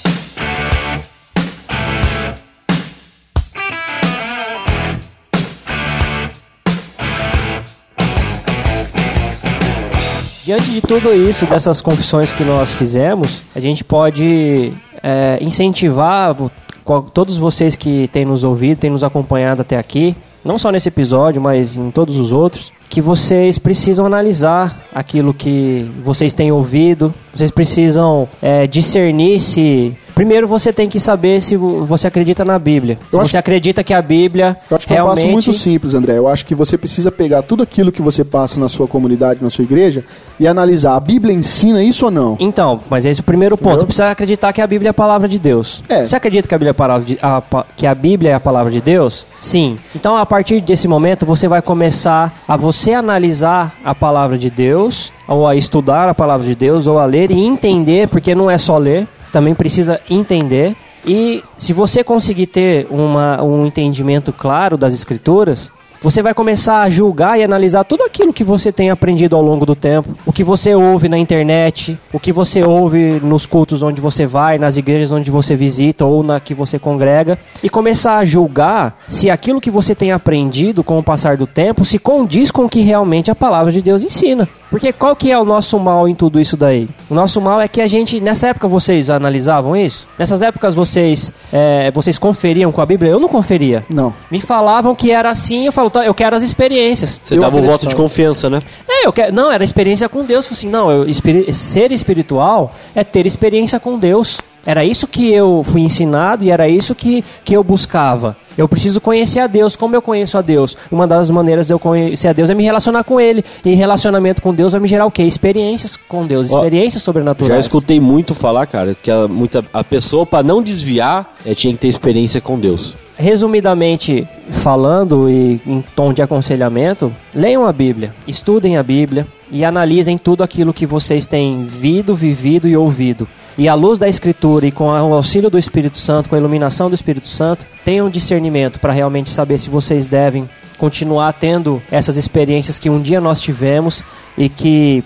Diante de tudo isso, dessas confissões que nós fizemos, a gente pode incentivar todos vocês que têm nos ouvido, têm nos acompanhado até aqui, não só nesse episódio, mas em todos os outros, que vocês precisam analisar aquilo que vocês têm ouvido, vocês precisam discernir se... Primeiro você tem que saber se você acredita na Bíblia. Se você acredita que a Bíblia eu acho que realmente... é um passo muito simples, André. Eu acho que você precisa pegar tudo aquilo que você passa na sua comunidade, na sua igreja, e analisar. A Bíblia ensina isso ou não? Então, mas esse é o primeiro ponto. Entendeu? Você precisa acreditar que a Bíblia é a palavra de Deus. Você acredita que a Bíblia é a palavra de Deus? Sim. Então, a partir desse momento, você vai começar a você analisar a palavra de Deus, ou a estudar a palavra de Deus, ou a ler e entender, porque não é só ler, também precisa entender. E se você conseguir ter um entendimento claro das Escrituras, você vai começar a julgar e analisar tudo aquilo que você tem aprendido ao longo do tempo, o que você ouve na internet, o que você ouve nos cultos onde você vai, nas igrejas onde você visita ou na que você congrega, e começar a julgar se aquilo que você tem aprendido com o passar do tempo se condiz com o que realmente a palavra de Deus ensina. Porque qual que é o nosso mal em tudo isso daí? O nosso mal é que a gente... Nessa época vocês analisavam isso? Nessas épocas vocês conferiam com a Bíblia? Eu não conferia. Não. Me falavam que era assim, eu falo, eu quero as experiências. Você dava um voto de confiança, né? Não, era experiência com Deus. Eu falei assim, não, ser espiritual é ter experiência com Deus. Era isso que eu fui ensinado e era isso que eu buscava. Eu preciso conhecer a Deus. Como eu conheço a Deus? Uma das maneiras de eu conhecer a Deus é me relacionar com Ele. E relacionamento com Deus vai me gerar o quê? Experiências com Deus, experiências sobrenaturais. Já escutei muito falar, cara, que a pessoa, para não desviar, tinha que ter experiência com Deus. Resumidamente falando e em tom de aconselhamento, leiam a Bíblia, estudem a Bíblia e analisem tudo aquilo que vocês têm vivido e ouvido. E à luz da Escritura e com o auxílio do Espírito Santo, com a iluminação do Espírito Santo, tenham discernimento para realmente saber se vocês devem continuar tendo essas experiências que um dia nós tivemos e que,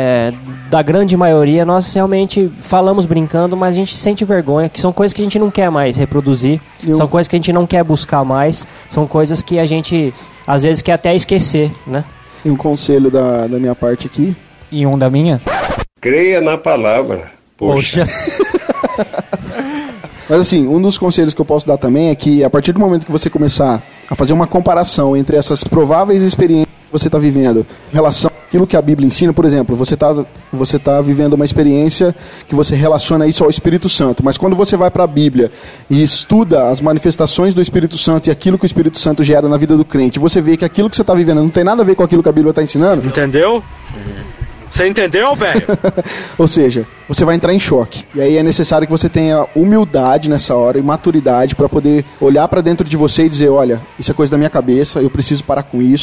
da grande maioria, nós realmente falamos brincando, mas a gente sente vergonha, que são coisas que a gente não quer mais reproduzir, são coisas que a gente não quer buscar mais, são coisas que a gente, às vezes, quer até esquecer, né? E um conselho da minha parte aqui. E um da minha? Creia na palavra. Poxa. Mas assim, um dos conselhos que eu posso dar também é que a partir do momento que você começar a fazer uma comparação entre essas prováveis experiências que você está vivendo em relação àquilo que a Bíblia ensina, por exemplo, você tá vivendo uma experiência que você relaciona isso ao Espírito Santo, mas quando você vai para a Bíblia e estuda as manifestações do Espírito Santo e aquilo que o Espírito Santo gera na vida do crente, você vê que aquilo que você está vivendo não tem nada a ver com aquilo que a Bíblia está ensinando. Entendeu? Você entendeu, velho? Ou seja, você vai entrar em choque. E aí é necessário que você tenha humildade nessa hora e maturidade para poder olhar para dentro de você e dizer, olha, isso é coisa da minha cabeça, eu preciso parar com isso.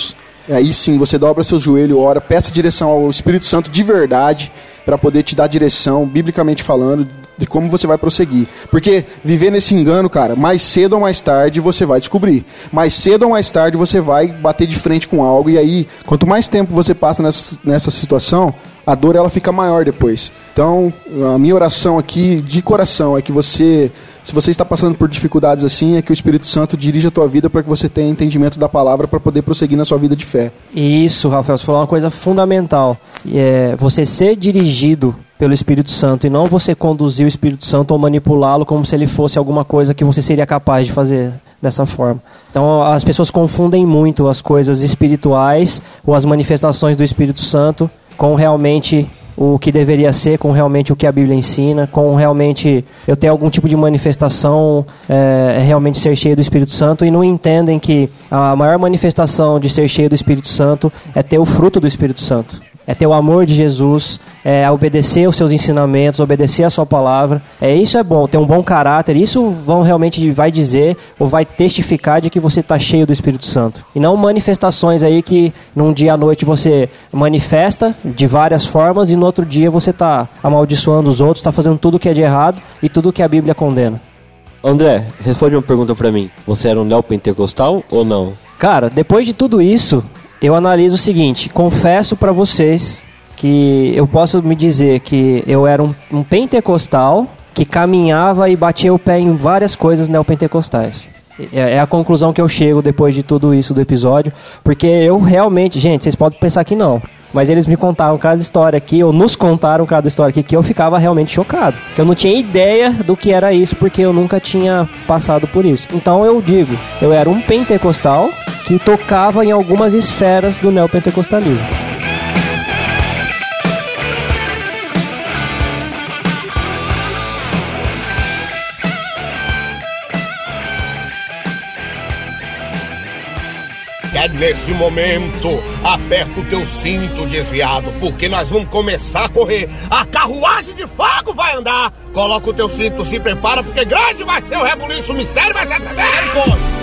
Aí sim, você dobra seu joelho, ora, peça direção ao Espírito Santo de verdade, para poder te dar direção, biblicamente falando, de como você vai prosseguir. Porque viver nesse engano, cara, mais cedo ou mais tarde você vai descobrir. Mais cedo ou mais tarde você vai bater de frente com algo, e aí, quanto mais tempo você passa nessa situação, a dor ela fica maior depois. Então, a minha oração aqui, de coração, é que você, se você está passando por dificuldades assim, é que o Espírito Santo dirija a tua vida para que você tenha entendimento da palavra para poder prosseguir na sua vida de fé. Isso, Rafael, você falou uma coisa fundamental. Você ser dirigido pelo Espírito Santo e não você conduzir o Espírito Santo ou manipulá-lo como se ele fosse alguma coisa que você seria capaz de fazer dessa forma. Então as pessoas confundem muito as coisas espirituais ou as manifestações do Espírito Santo com realmente o que deveria ser, com realmente o que a Bíblia ensina, com realmente eu ter algum tipo de manifestação, realmente ser cheio do Espírito Santo, e não entendem que a maior manifestação de ser cheio do Espírito Santo é ter o fruto do Espírito Santo. É ter o amor de Jesus, é obedecer os seus ensinamentos, obedecer a sua palavra. Isso é bom, ter um bom caráter. Isso vai dizer ou vai testificar de que você está cheio do Espírito Santo. E não manifestações aí que num dia à noite você manifesta de várias formas e no outro dia você está amaldiçoando os outros, está fazendo tudo que é de errado e tudo que a Bíblia condena. André, responde uma pergunta pra mim. Você era um neopentecostal ou não? Cara, depois de tudo isso, eu analiso o seguinte: confesso para vocês que eu posso me dizer que eu era um pentecostal que caminhava e batia o pé em várias coisas neopentecostais. É a conclusão que eu chego depois de tudo isso do episódio, porque eu realmente, gente, vocês podem pensar que não, mas eles me contaram cada história aqui, ou nos contaram cada história aqui, que eu ficava realmente chocado, que eu não tinha ideia do que era isso, porque eu nunca tinha passado por isso. Então eu digo, eu era um pentecostal que tocava em algumas esferas do neopentecostalismo. É nesse momento, aperta o teu cinto desviado, porque nós vamos começar a correr. A carruagem de fogo vai andar. Coloca o teu cinto, se prepara, porque grande vai ser o rebuliço, o mistério vai ser através e corre.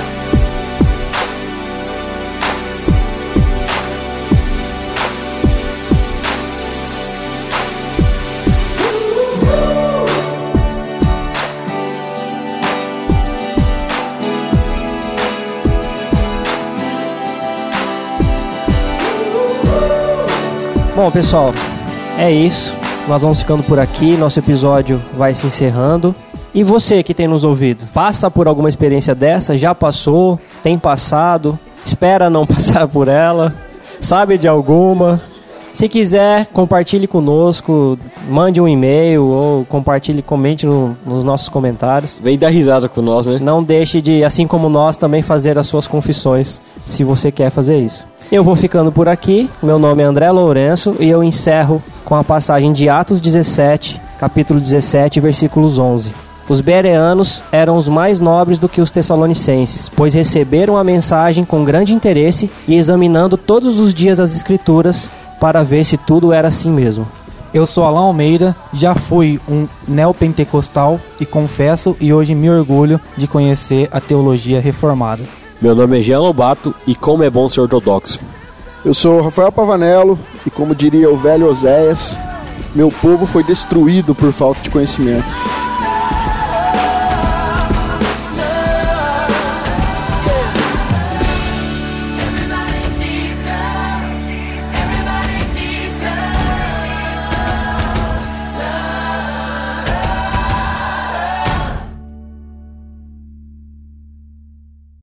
Bom, pessoal, é isso. Nós vamos ficando por aqui. Nosso episódio vai se encerrando. E você que tem nos ouvido, passa por alguma experiência dessa? Já passou? Tem passado? Espera não passar por ela? Sabe de alguma? Se quiser, compartilhe conosco, mande um e-mail ou compartilhe, comente nos nossos comentários. Vem dar risada com nós, né? Não deixe de, assim como nós, também fazer as suas confissões, se você quer fazer isso. Eu vou ficando por aqui. Meu nome é André Lourenço e eu encerro com a passagem de Atos 17, capítulo 17, versículos 11. Os bereanos eram os mais nobres do que os tessalonicenses, pois receberam a mensagem com grande interesse e examinando todos os dias as escrituras para ver se tudo era assim mesmo. Eu sou Alan Almeida, já fui um neopentecostal e confesso e hoje me orgulho de conhecer a teologia reformada. Meu nome é Jean Lobato e como é bom ser ortodoxo. Eu sou Rafael Pavanello e como diria o velho Oséias, meu povo foi destruído por falta de conhecimento.